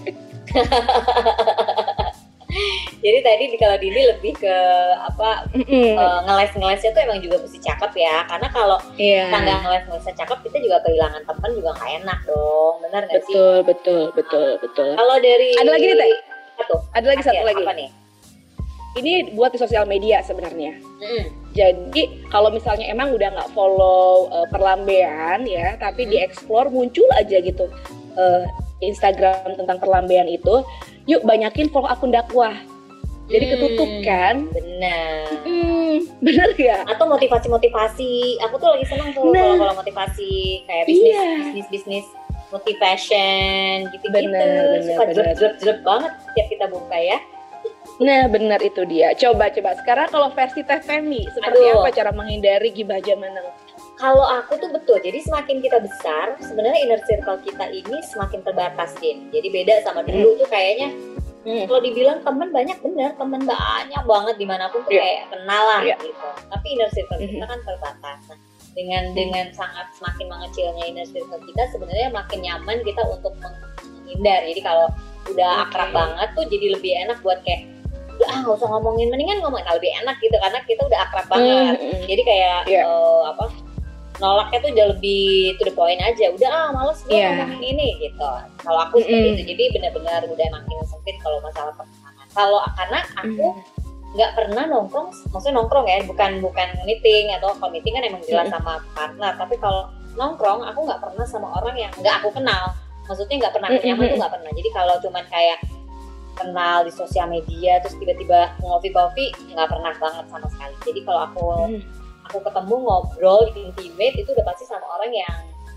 Jadi tadi di kalau Dini lebih ke apa Mm-mm. eh, ngeles-ngelesnya tuh emang juga mesti cakep ya. Karena kalau Iya. kita nggak ngeles-ngelesnya cakep, kita juga kehilangan teman juga nggak enak dong. Benar nggak sih? Betul, betul, betul, betul. Kalau dari Ada lagi nih, Teh? Satu. Ada lagi satu Akhir, lagi. Apa nih? Ini buat di sosial media sebenarnya. Mm-mm. Jadi kalau misalnya emang udah nggak follow uh, perlambean ya, tapi di explore muncul aja gitu uh, Instagram tentang perlambean itu, yuk banyakin follow akun dakwah. Jadi Hmm. ketutup kan? Benar. Hmm, bener ya? Atau motivasi-motivasi. Aku tuh lagi senang tuh Nah. kalau kalau motivasi kayak bisnis, Iya. bisnis, bisnis, motivation gitu-gitu. Bener, bener, Suka bener. jerep-jerep banget setiap kita buka ya. Nah bener itu dia. Coba coba. Sekarang kalau versi Teh Femi, seperti Aduh. apa cara menghindari gibah zaman now? Kalau aku tuh betul, jadi semakin kita besar, sebenarnya inner circle kita ini semakin terbatas, Din. Jadi beda sama dulu tuh kayaknya, Hmm. kalau dibilang teman banyak bener, teman banyak banget dimanapun tuh Iya. kayak kenal lah Iya. gitu. Tapi inner circle Mhm. kita kan terbatas. Nah, dengan dengan sangat semakin mengecilnya inner circle kita, sebenarnya makin nyaman kita untuk menghindar. Jadi kalau udah Oke. akrab banget tuh jadi lebih enak buat kayak udah ah nggak usah ngomongin, mendingan ngomongin nah, lebih enak gitu karena kita udah akrab banget. Hmm. Jadi kayak Iya. eh, apa nolaknya tuh udah lebih to the point aja, udah ah males gue Iya. ngomongin ini gitu. Kalau aku seperti Mm-mm. itu, jadi benar-benar udah makin sempit kalau masalah pertemanan. Kalau karena aku Mm. nggak pernah nongkrong, maksudnya nongkrong ya, bukan bukan meeting atau kalau meeting kan emang jelas Mm-mm. sama partner. Tapi kalau nongkrong, aku nggak pernah sama orang yang nggak aku kenal. Maksudnya nggak pernah Mm-mm. nyaman tuh nggak pernah. Jadi kalau cuman kayak kenal di sosial media terus tiba-tiba ngopi-ngopi nggak pernah banget sama sekali. Jadi kalau aku Hmm. aku ketemu ngobrol intimate itu udah pasti sama orang yang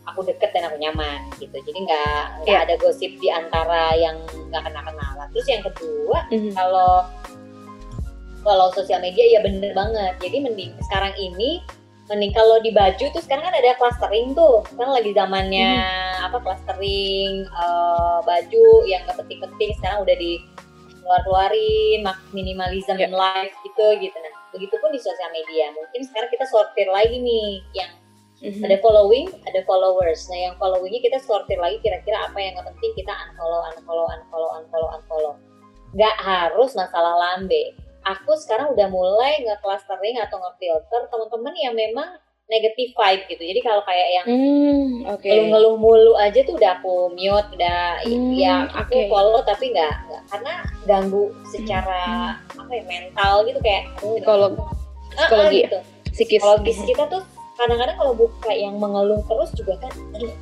aku deket dan aku nyaman gitu. Jadi nggak nggak Iya. ada gosip di antara yang nggak kenal-kenalan. Terus yang kedua, Mhm. kalau kalau sosial media ya bener banget. Jadi mending sekarang ini mending kalau di baju tuh sekarang kan ada clustering tuh. Sekarang lagi zamannya apa clustering eh, baju yang nggak penting-penting sekarang udah di keluar-keluarin, mak- minimalism Ya. in life gitu gitu. Nah, begitupun di sosial media. Mungkin sekarang kita sortir lagi nih yang Mhm. ada following, ada followers. Nah, yang followingnya kita sortir lagi kira-kira apa yang nggak penting kita unfollow, unfollow, unfollow, unfollow, unfollow. Nggak harus masalah lambe. Aku sekarang udah mulai nge-clustering atau nge-filter teman-teman yang memang negative vibe gitu. Jadi kalau kayak yang Hmm, oke. ngeluh-ngeluh mulu aja tuh udah aku mute, udah Hmm, ya aku oke. follow tapi nggak nggak karena ganggu secara apa ya mental gitu kayak aduh, Psikolog- Ah, ah, psikologi ya? gitu. Psikis. Psikologis kita tuh kadang-kadang kalau buka yang mengeluh terus juga kan aduh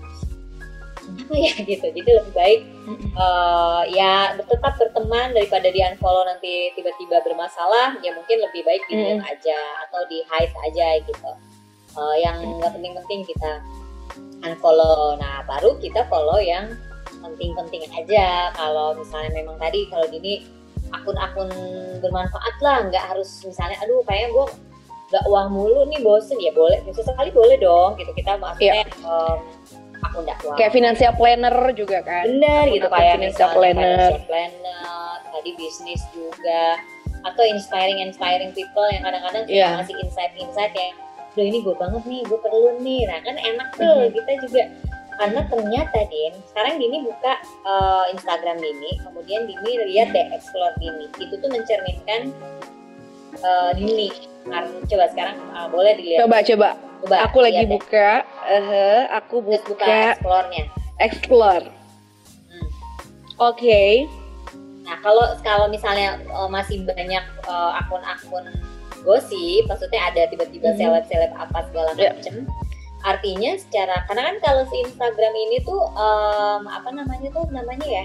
apa ya gitu. Jadi lebih baik Mhm. eh, ya tetap berteman daripada di unfollow nanti tiba-tiba bermasalah, ya mungkin lebih baik di mute Mm. aja atau di hide aja gitu. Eh, yang nggak penting-penting kita unfollow. Nah baru kita follow yang penting-penting aja. Kalau misalnya memang tadi kalau gini akun-akun bermanfaat lah, nggak harus misalnya aduh kayaknya gue nggak uang mulu nih bosen, ya boleh sesekali boleh dong gitu kita maksudnya em, akun dakwah. Kayak financial planner juga kan? Bener gitu Akun-akun kayak financial misalnya planner. financial planner, tadi bisnis juga, atau inspiring inspiring people yang kadang-kadang suka Iya. ngasih insight-insight yang, "Duh ini gue banget nih, gue perlu nih." Nah kan enak tuh Mhm. kita juga karena ternyata Din, sekarang Dini buka eh, Instagram Dini, kemudian Dini lihat deh explore Dini, itu tuh mencerminkan eh, Dini. Karena coba sekarang eh, boleh dilihat. Coba coba. Coba, Aku lagi lihat deh. buka. eh, aku Terus buka buka explore-nya. explore. Hmm. Oke. Nah kalau kalau misalnya uh, masih banyak uh, akun-akun gosip, maksudnya ada tiba-tiba Mhm. seleb-seleb apa segala Ya. macem, artinya secara karena kan kalau si Instagram ini tuh um, apa namanya tuh namanya ya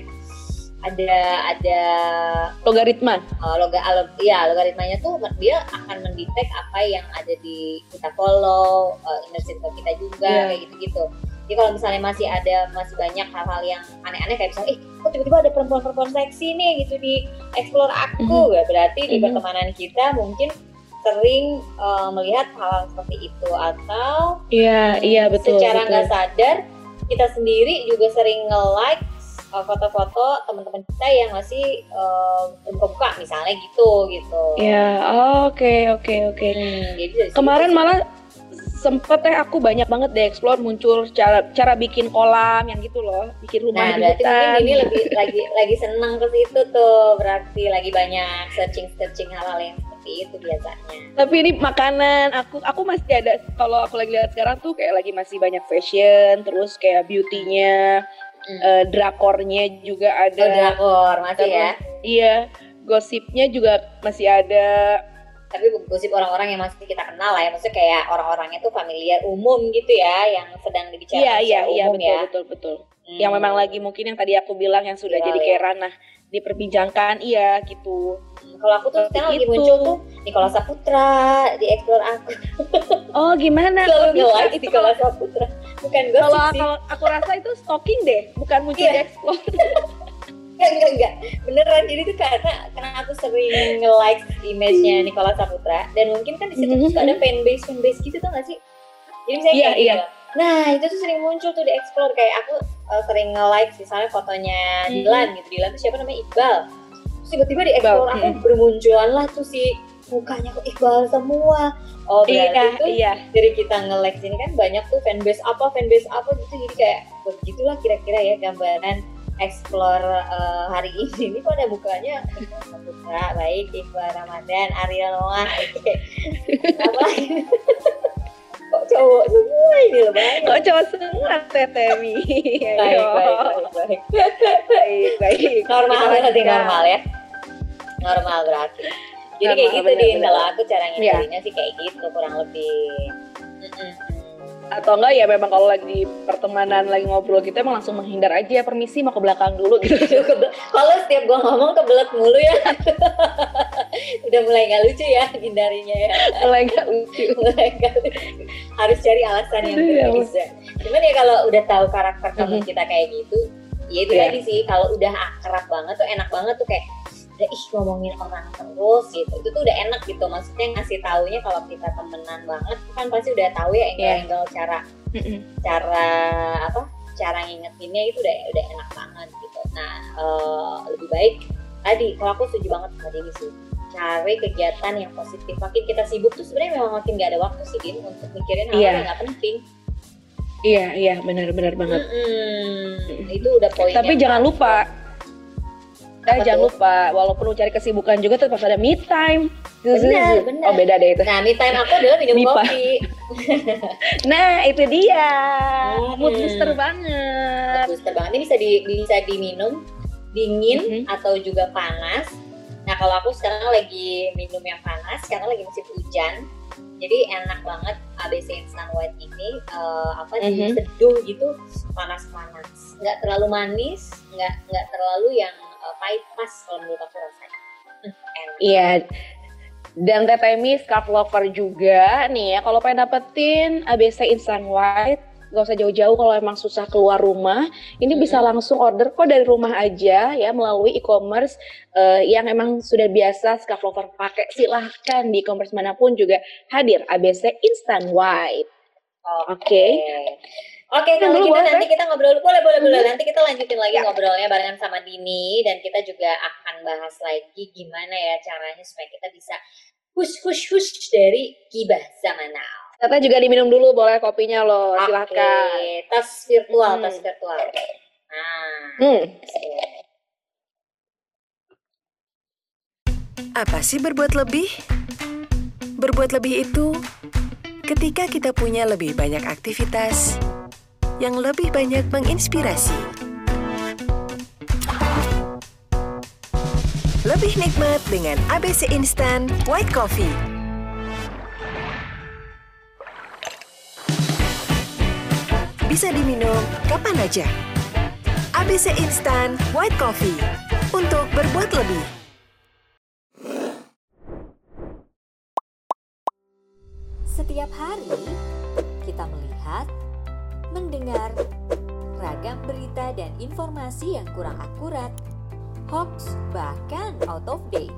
ada ada Logaritma. uh, loga alo- ya logaritmanya tuh dia akan mendetek apa yang ada di kita follow, uh, inner circle kita juga Iya. kayak gitu-gitu. Jadi kalau misalnya masih ada masih banyak hal-hal yang aneh-aneh kayak misalnya, eh kok tiba-tiba ada perempuan-perempuan seksi nih gitu di explore aku, ya berarti di Mhm. pertemanan kita mungkin sering uh, melihat hal seperti itu atau Iya, iya betul. secara betul. nggak sadar kita sendiri juga sering nge-like uh, foto-foto teman-teman kita yang masih uh, buka-buka misalnya gitu gitu. Ya, oke oke oke. Hmm, jadi dari situ Kemarin sih. malah sempet teh aku banyak banget deh explore muncul cara cara bikin kolam yang gitu loh, bikin rumah Nah di berarti mungkin hutan. ini lebih lagi lagi seneng ke situ tuh, berarti lagi banyak searching searching hal-hal yang seperti itu biasanya. Tapi ini makanan, aku aku masih ada, kalau aku lagi lihat sekarang tuh kayak lagi masih banyak fashion, terus kayak beauty-nya, Hmm. eh, drakornya juga ada. Oh, drakor masih ya. Iya, gosipnya juga masih ada. Tapi gosip orang-orang yang masih kita kenal lah ya, maksudnya kayak orang-orangnya tuh familiar umum gitu ya, yang sedang Iya dibicarakan iya secara iya umum betul ya. betul betul. Hmm. Yang memang lagi mungkin yang tadi aku bilang yang sudah Viral jadi ya. kayak ranah diperbincangkan, iya gitu. Kalau aku tuh Seperti sekarang lagi itu. muncul tuh Nicholas Saputra di explore aku. Oh gimana? Selalu Kok bisa? nge-like Itu Nicholas Saputra. Bukan kalau gosip sih. kalau aku rasa itu stalking deh, bukan muncul Iya. di explore. Enggak, enggak, enggak. Beneran, jadi tuh karena karena aku sering nge-like image-nya Nicholas Saputra dan mungkin kan di situ tuh suka ada fanbase fanbase gitu tuh nggak sih? Jadi misalnya Iya, kayak gitu. iya. Nah itu tuh sering muncul tuh di explore, kayak aku uh, sering nge-like misalnya fotonya Mhm. Dilan gitu. Dilan tuh siapa namanya, Iqbal. Terus tiba-tiba di explore Iqbal, aku mhm. bermunculan lah tuh si mukanya kok Iqbal semua. Oh berarti Iya tuh iya. dari kita nge-like sini kan banyak tuh fanbase apa fanbase apa gitu, jadi kayak begitulah kira-kira ya gambaran explore uh, hari ini. Ini kok ada bukanya Nicholas Saputra, baik Iqbal Ramadan, Ariel Noah, apa lagi? Kok cowok semua ini loh, banyak. Kok cowok semua Tetemi. Baik, baik, baik, baik. baik, baik. Normal Kita berarti lanjutkan. normal ya, normal berarti. Jadi Normal, kayak gitu bener, Din, bener. kalau aku cara Iya. ngindarinya sih kayak gitu kurang lebih. Mm-mm. Atau enggak ya memang kalau lagi di pertemanan lagi ngobrol kita emang langsung menghindar aja, permisi mau ke belakang dulu gitu. Aduh, kebe- kalau setiap gua ngomong kebelet mulu ya. Udah mulai gak lucu ya hindarinya ya. Mulai nggak lucu. Mulai gak lucu. Harus cari alasan yang Aduh, ya tidak bisa. Cuman ya kalau udah tahu karakter teman Mhm. kita kayak gitu, ya itu Iya. tadi sih, kalau udah akrab banget tuh enak banget tuh kayak udah ih ngomongin orang terus gitu. Itu tuh udah enak gitu. Maksudnya ngasih taunya kalau kita temenan banget kan pasti udah tahu ya angle-angle cara Mhm. cara apa? Cara ngingetinnya itu udah udah enak banget gitu. Nah, eh, lebih baik tadi kalau aku setuju banget sama ini sih. Cari kegiatan yang positif. Makin kita sibuk tuh sebenarnya memang makin gak ada waktu sih Din untuk mikirin hal-hal Iya. yang gak penting. Iya, iya, benar-benar banget. Mm-mm. Itu udah poinnya. Tapi jangan lupa, eh, Apa jangan tuh? lupa, walaupun lu cari kesibukan juga tetap ada me time. Benar, benar. Oh beda deh itu. Nah, me time aku adalah minum Mipa. kopi. Nah itu dia, Hmm. mood booster banget. Booster banget. Ini bisa di bisa diminum dingin Mhm. atau juga panas. Nah, kalau aku sekarang lagi minum yang panas karena lagi musim hujan. Jadi enak banget A B C Instant White ini eh, apa Mhm. diseduh gitu panas-panas. Nggak terlalu manis, nggak nggak terlalu yang eh, pahit pas kalau menurut aku rasanya. Hmm, enak. Iya. Dan Teh Temi Scarf Lover juga nih ya, kalau pengen dapetin A B C Instant White, gak usah jauh-jauh kalau emang susah keluar rumah, ini Mhm. bisa langsung order kok dari rumah aja ya melalui e-commerce eh, yang emang sudah biasa Scarf Lover pakai. Silahkan di e-commerce manapun juga hadir A B C Instant White. Oke. Oke. Oke, Kan kalau dulu gitu boleh, nanti kita ngobrol boleh boleh boleh. Mhm. Nanti kita lanjutin lagi Ya. ngobrolnya barengan sama Dini dan kita juga akan bahas lagi gimana ya caranya supaya kita bisa hush hush hush dari gibah zaman now. Ternyata juga diminum dulu boleh kopinya loh, Oke, silahkan. tas virtual, Hmm. tas virtual. Nah, Hmm. Apa sih berbuat lebih? Berbuat lebih itu ketika kita punya lebih banyak aktivitas yang lebih banyak menginspirasi. Lebih nikmat dengan A B C Instant White Coffee. Bisa diminum kapan aja. A B C Instant White Coffee untuk berbuat lebih. Setiap hari kita melihat, mendengar ragam berita dan informasi yang kurang akurat, hoax bahkan out of date.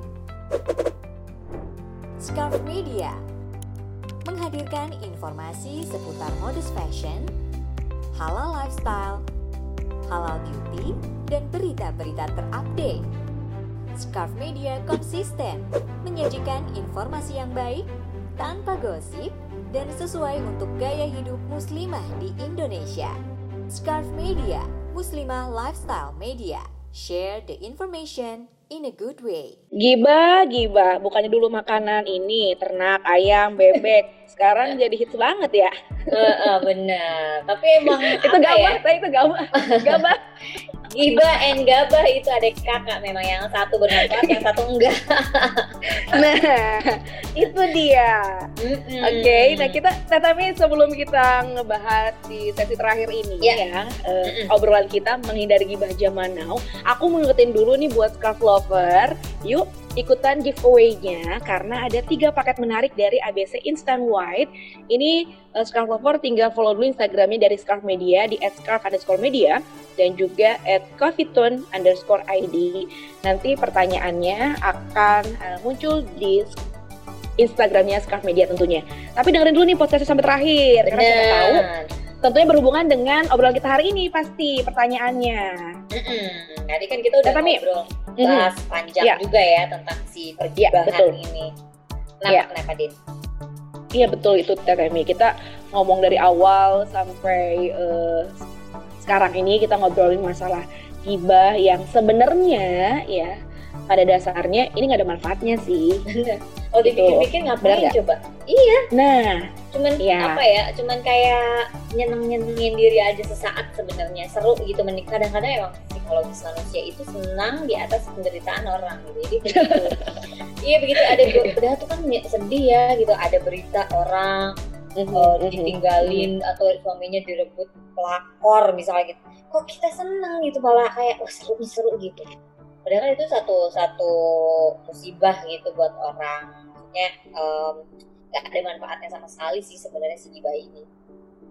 Scarf Media menghadirkan informasi seputar modus fashion, halal lifestyle, halal beauty, dan berita-berita terupdate. Scarf Media konsisten menyajikan informasi yang baik, tanpa gosip, dan sesuai untuk gaya hidup muslimah di Indonesia. Scarf Media, Muslimah Lifestyle Media. Share the information in a good way. Gibah, gibah. Bukannya dulu makanan ini, ternak, ayam, bebek. Sekarang jadi hits banget ya. Heeh, benar. Tapi emang Itu apa gabah, ya? saya itu gabah. Gabah. Gibah and gabah itu adik kakak memang, yang satu bermanfaat, yang satu enggak. Nah, itu dia. Mm-mm. Oke, nah kita tapi sebelum kita ngebahas di sesi terakhir ini Ya. ya, eh, Mm-mm. obrolan kita menghindari gibah zaman now, aku mau ngingetin dulu nih buat Scarf Lover, yuk ikutan giveaway-nya karena ada tiga paket menarik dari A B C Instant White. Ini eh, Scarf Lover tinggal follow dulu Instagramnya dari Scarf Media di at scarf underscore media dan juga at coffeetone underscore id. Nanti pertanyaannya akan eh, muncul di Instagramnya Scarf Media tentunya. Tapi dengerin dulu nih podcastnya sampai terakhir karena siapa tahu Benar. tentunya berhubungan dengan obrolan kita hari ini pasti pertanyaannya. Mm-mm. Tadi kan kita udah Ya, tapi- ngobrol bahas panjang Ya. juga ya tentang si pergibahan betul. ini. Kenapa, Ya. kenapa Din? Iya betul itu Teh Temi. Kita ngomong dari awal sampai eh, sekarang ini kita ngobrolin masalah gibah yang sebenarnya ya pada dasarnya ini nggak ada manfaatnya sih. Oh, dipikir-pikir Benar ngapain nggak? coba? Iya, Nah, cuman Iya. apa ya? Cuman kayak nyeneng-nyenengin diri aja sesaat sebenarnya. Seru gitu, menik. Kadang-kadang emang psikologis manusia itu senang di atas penderitaan orang gitu. Jadi begitu. Iya begitu, ada padahal tuh kan sedih ya gitu. Ada berita orang uh, ditinggalin atau suaminya direbut pelakor misalnya gitu. Kok kita seneng gitu, malah kayak wah seru nih, seru gitu. Padahal kan itu satu satu musibah gitu buat orang. Maksudnya um, gak ada manfaatnya sama sekali sih sebenarnya si gibah ini.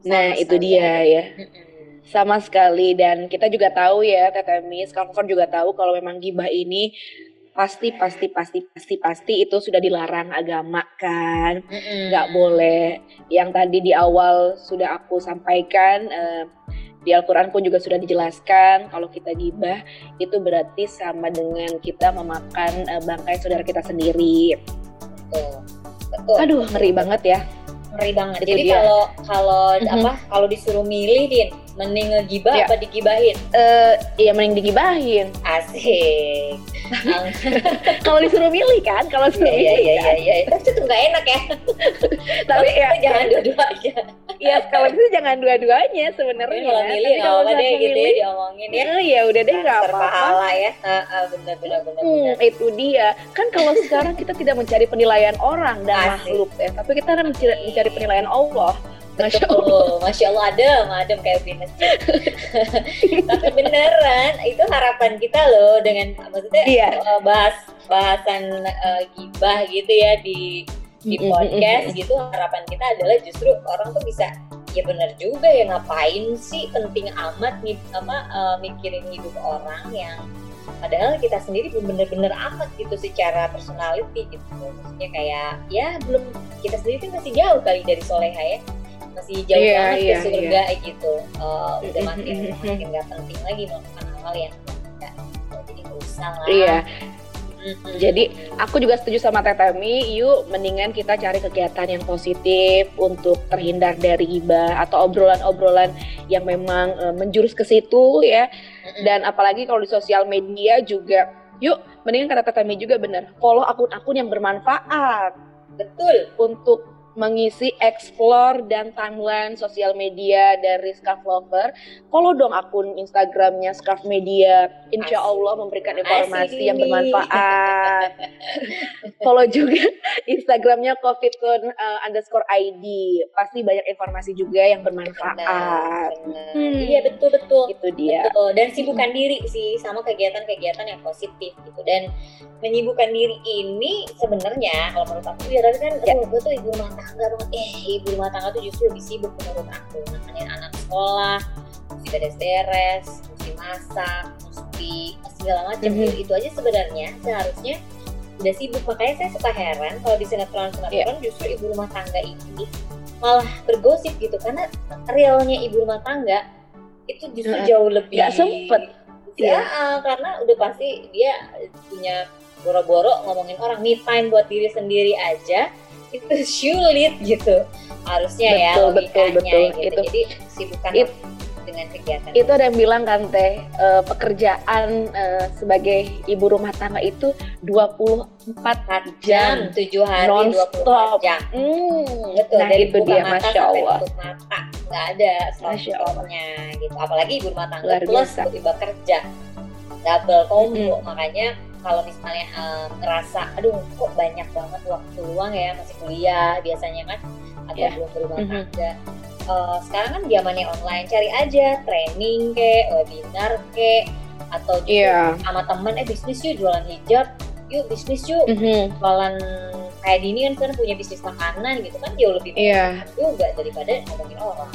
Nah, itu dia ya. Sama sekali, dan kita juga tahu ya, Teteh Miss, Kak juga tahu kalau memang gibah ini pasti pasti pasti pasti pasti itu sudah dilarang agama kan, nggak boleh. Yang tadi di awal sudah aku sampaikan, eh, di Al-Quran pun juga sudah dijelaskan kalau kita gibah itu berarti sama dengan kita memakan eh, bangkai saudara kita sendiri. Betul. Betul. Aduh, ngeri banget ya. Ngeri banget. Itu Jadi dia. kalau kalau Mhm. apa kalau disuruh milih, Din, mending ngegibah Ya. apa digibahin? Eh, iya mending digibahin. Asik. Kalau disuruh milih kan, kalau disuruh Iya iya milih iya kan. iya. Tapi itu nggak enak ya. Tapi ya, jangan dua-duanya. ya kalau itu jangan dua-duanya sebenarnya. Tapi kalau milih Tapi nggak apa deh misalnya gitu ya milih, diomongin ya. eh, ya udah deh nggak Transfer apa-apa. pahala ya. Heeh, benar benar benar Hmm, benar. itu dia. Kan kalau sekarang kita tidak mencari penilaian orang dan Asik. makhluk ya, tapi kita kan mencari, mencari penilaian Allah. Masya Allah. Betul, Masya Allah, adem, adem kayak di masjid. Tapi beneran, itu harapan kita loh dengan maksudnya Iya. eh, bahas bahasan eh, gibah gitu ya di di Mm, mm, podcast mm, gitu. Harapan kita adalah justru orang tuh bisa, ya bener juga ya, ngapain sih penting amat nih apa eh, mikirin hidup orang yang padahal kita sendiri belum bener-bener amat gitu secara personality gitu. Maksudnya kayak ya belum, kita sendiri kan masih jauh kali dari soleha ya, masih jauh Iya, banget iya, ke surga gitu. Eh, udah Mm, makin mm, mm, makin nggak penting lagi melakukan hal yang nggak, jadi nggak usah lah. Iya. Mm-mm. Jadi aku juga setuju sama Teteh Mi, yuk mendingan kita cari kegiatan yang positif untuk terhindar dari gibah atau obrolan-obrolan yang memang eh, menjurus ke situ ya. Mm-mm. Dan apalagi kalau di sosial media juga, yuk mendingan kata Teteh Mi juga benar, follow akun-akun yang bermanfaat Betul. untuk mengisi explore dan timeline sosial media dari Scarf Lover. Follow dong akun Instagramnya Scarf Media, insya Asik. Allah memberikan informasi Asik yang ini. bermanfaat. Follow juga Instagramnya covidcon uh, underscore I D, pasti banyak informasi juga yang bermanfaat. Benar, benar. Hmm. Iya betul betul. Itu dia. Betul. Dan sibukkan diri sih sama kegiatan-kegiatan yang positif gitu. Dan menyibukkan diri ini sebenarnya kalau menurut aku ya, tapi kan Ya. aduh, gue tuh ibu rumah tangga banget. Eh, ibu rumah tangga tuh justru lebih sibuk menurut aku. Namanya anak sekolah, mesti beres-beres, mesti masak, mesti segala macam. Mhm. Itu aja sebenarnya seharusnya udah sibuk. Makanya saya suka heran kalau di sinetron-sinetron justru ibu rumah tangga ini malah bergosip gitu, karena realnya ibu rumah tangga itu justru Heeh. jauh lebih Nggak sempet. ya, Iya. ah, karena udah pasti dia punya boro-boro ngomongin orang, me time buat diri sendiri aja itu sulit gitu harusnya ya Betul, betul, logikanya betul. gitu. Itu- Jadi sibukan it- dengan kegiatan Itu ada yang bilang kan Teh, eh, pekerjaan eh, sebagai ibu rumah tangga itu dua puluh empat empat jam. jam, tujuh hari, dua puluh empat Non-stop. jam. Hmm, Betul, nah dari itu buka dia, mata Masya sampai Allah. tutup mata, nggak ada Masya Allah. stop-stopnya gitu. Apalagi ibu rumah tangga Luar plus biasa. tiba kerja, double combo. Mm-mm. Makanya kalau misalnya em, ngerasa, aduh kok banyak banget waktu luang ya, masih kuliah biasanya kan, atau Ya. belum berumah Mhm. tangga. Eh, sekarang kan zamannya online, cari aja training ke, webinar ke, atau justru Iya. sama temen, eh bisnis yuk jualan hijab, yuk bisnis yuk Mhm. jualan kayak Dini kan sekarang punya bisnis makanan gitu kan, jauh lebih Iya. juga daripada ngomongin orang.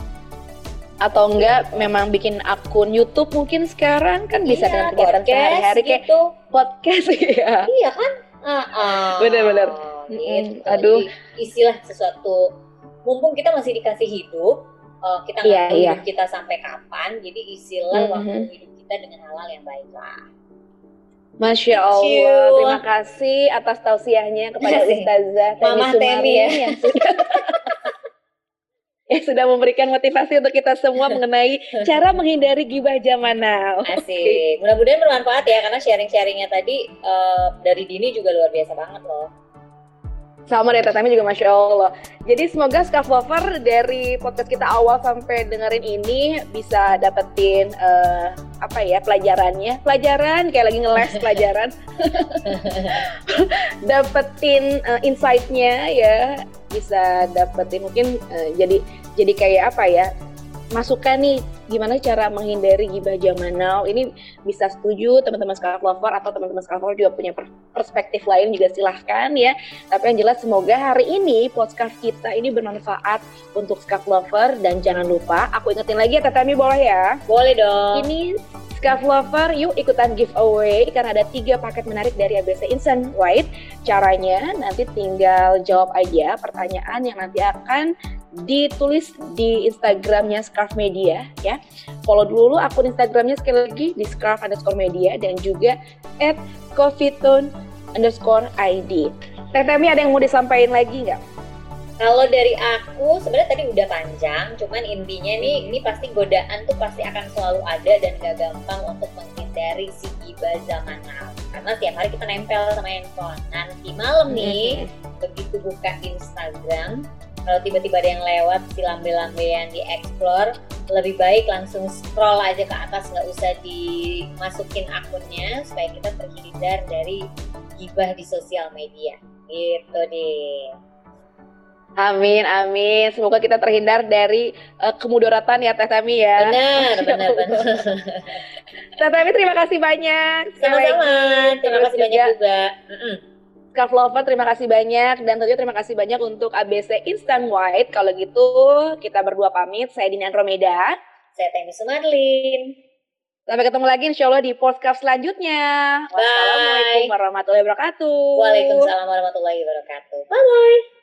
Atau enggak memang bikin akun YouTube mungkin sekarang kan bisa Iya, dengan kegiatan podcast sehari-hari kayak gitu. podcast ya. Iya kan? Ah, ah. Bener-bener. Gitu. Mm-mm. Aduh. Jadi, isilah sesuatu, mumpung kita masih dikasih hidup, eh, kita nggak Iya, tahu iya. hidup kita sampai kapan, jadi isilah Mhm. waktu hidup kita dengan hal-hal yang baik lah. Masya Thank you. Allah, terima kasih atas tausiahnya kepada Ustazah Temi Mama Temi Sumarni ya. yang sudah yang sudah memberikan motivasi untuk kita semua mengenai cara menghindari gibah zaman now. Asik. Mudah-mudahan bermanfaat ya, karena sharing-sharingnya tadi eh, dari Dini juga luar biasa banget loh. Sama dari Tetami juga Masya Allah. Jadi semoga Scarf Lover dari podcast kita awal sampai dengerin ini bisa dapetin eh, apa ya pelajarannya, pelajaran kayak lagi ngeles pelajaran, dapetin eh, insight-nya ya, bisa dapetin mungkin eh, jadi jadi kayak apa ya, masukan nih gimana cara menghindari gibah zaman now. Ini bisa setuju teman-teman Scarf Lover atau teman-teman Scarf Lover juga punya perspektif lain juga silahkan ya. Tapi yang jelas semoga hari ini podcast kita ini bermanfaat untuk Scarf Lover. Dan jangan lupa aku ingetin lagi ya Teh Tami, boleh ya? Boleh dong. Ini Scarf Lover, yuk ikutan giveaway karena ada tiga paket menarik dari A B C Instant White. Caranya nanti tinggal jawab aja pertanyaan yang nanti akan ditulis di Instagramnya Scarf Media ya. Follow dulu akun Instagramnya sekali lagi di scarf underscore media dan juga at coffeetone underscore id. Teh Tami ada yang mau disampaikan lagi nggak? Kalau dari aku sebenarnya tadi udah panjang, cuman intinya nih ini pasti godaan tuh pasti akan selalu ada dan gak gampang untuk menghindari si gibah zaman now. Karena tiap hari kita nempel sama handphone. Nanti malam nih mm-hmm. begitu buka Instagram, kalau tiba-tiba ada yang lewat si lambe-lambean di explore, lebih baik langsung scroll aja ke atas, nggak usah dimasukin akunnya supaya kita terhindar dari gibah di sosial media. Gitu deh. Amin, amin. Semoga kita terhindar dari uh, kemudaratan ya Teh Tami ya. Benar, benar, benar. Teh Tami terima kasih banyak. Sama-sama. Terima kasih banyak juga. Mm-mm. Scarf Lover terima kasih banyak dan tentunya terima kasih banyak untuk A B C Instant White. Kalau gitu kita berdua pamit. Saya Dina Andromeda. Saya Temi Sumarlin. Sampai ketemu lagi insya Allah di podcast selanjutnya. Bye. Wassalamualaikum warahmatullahi wabarakatuh. Waalaikumsalam warahmatullahi wabarakatuh. Bye bye.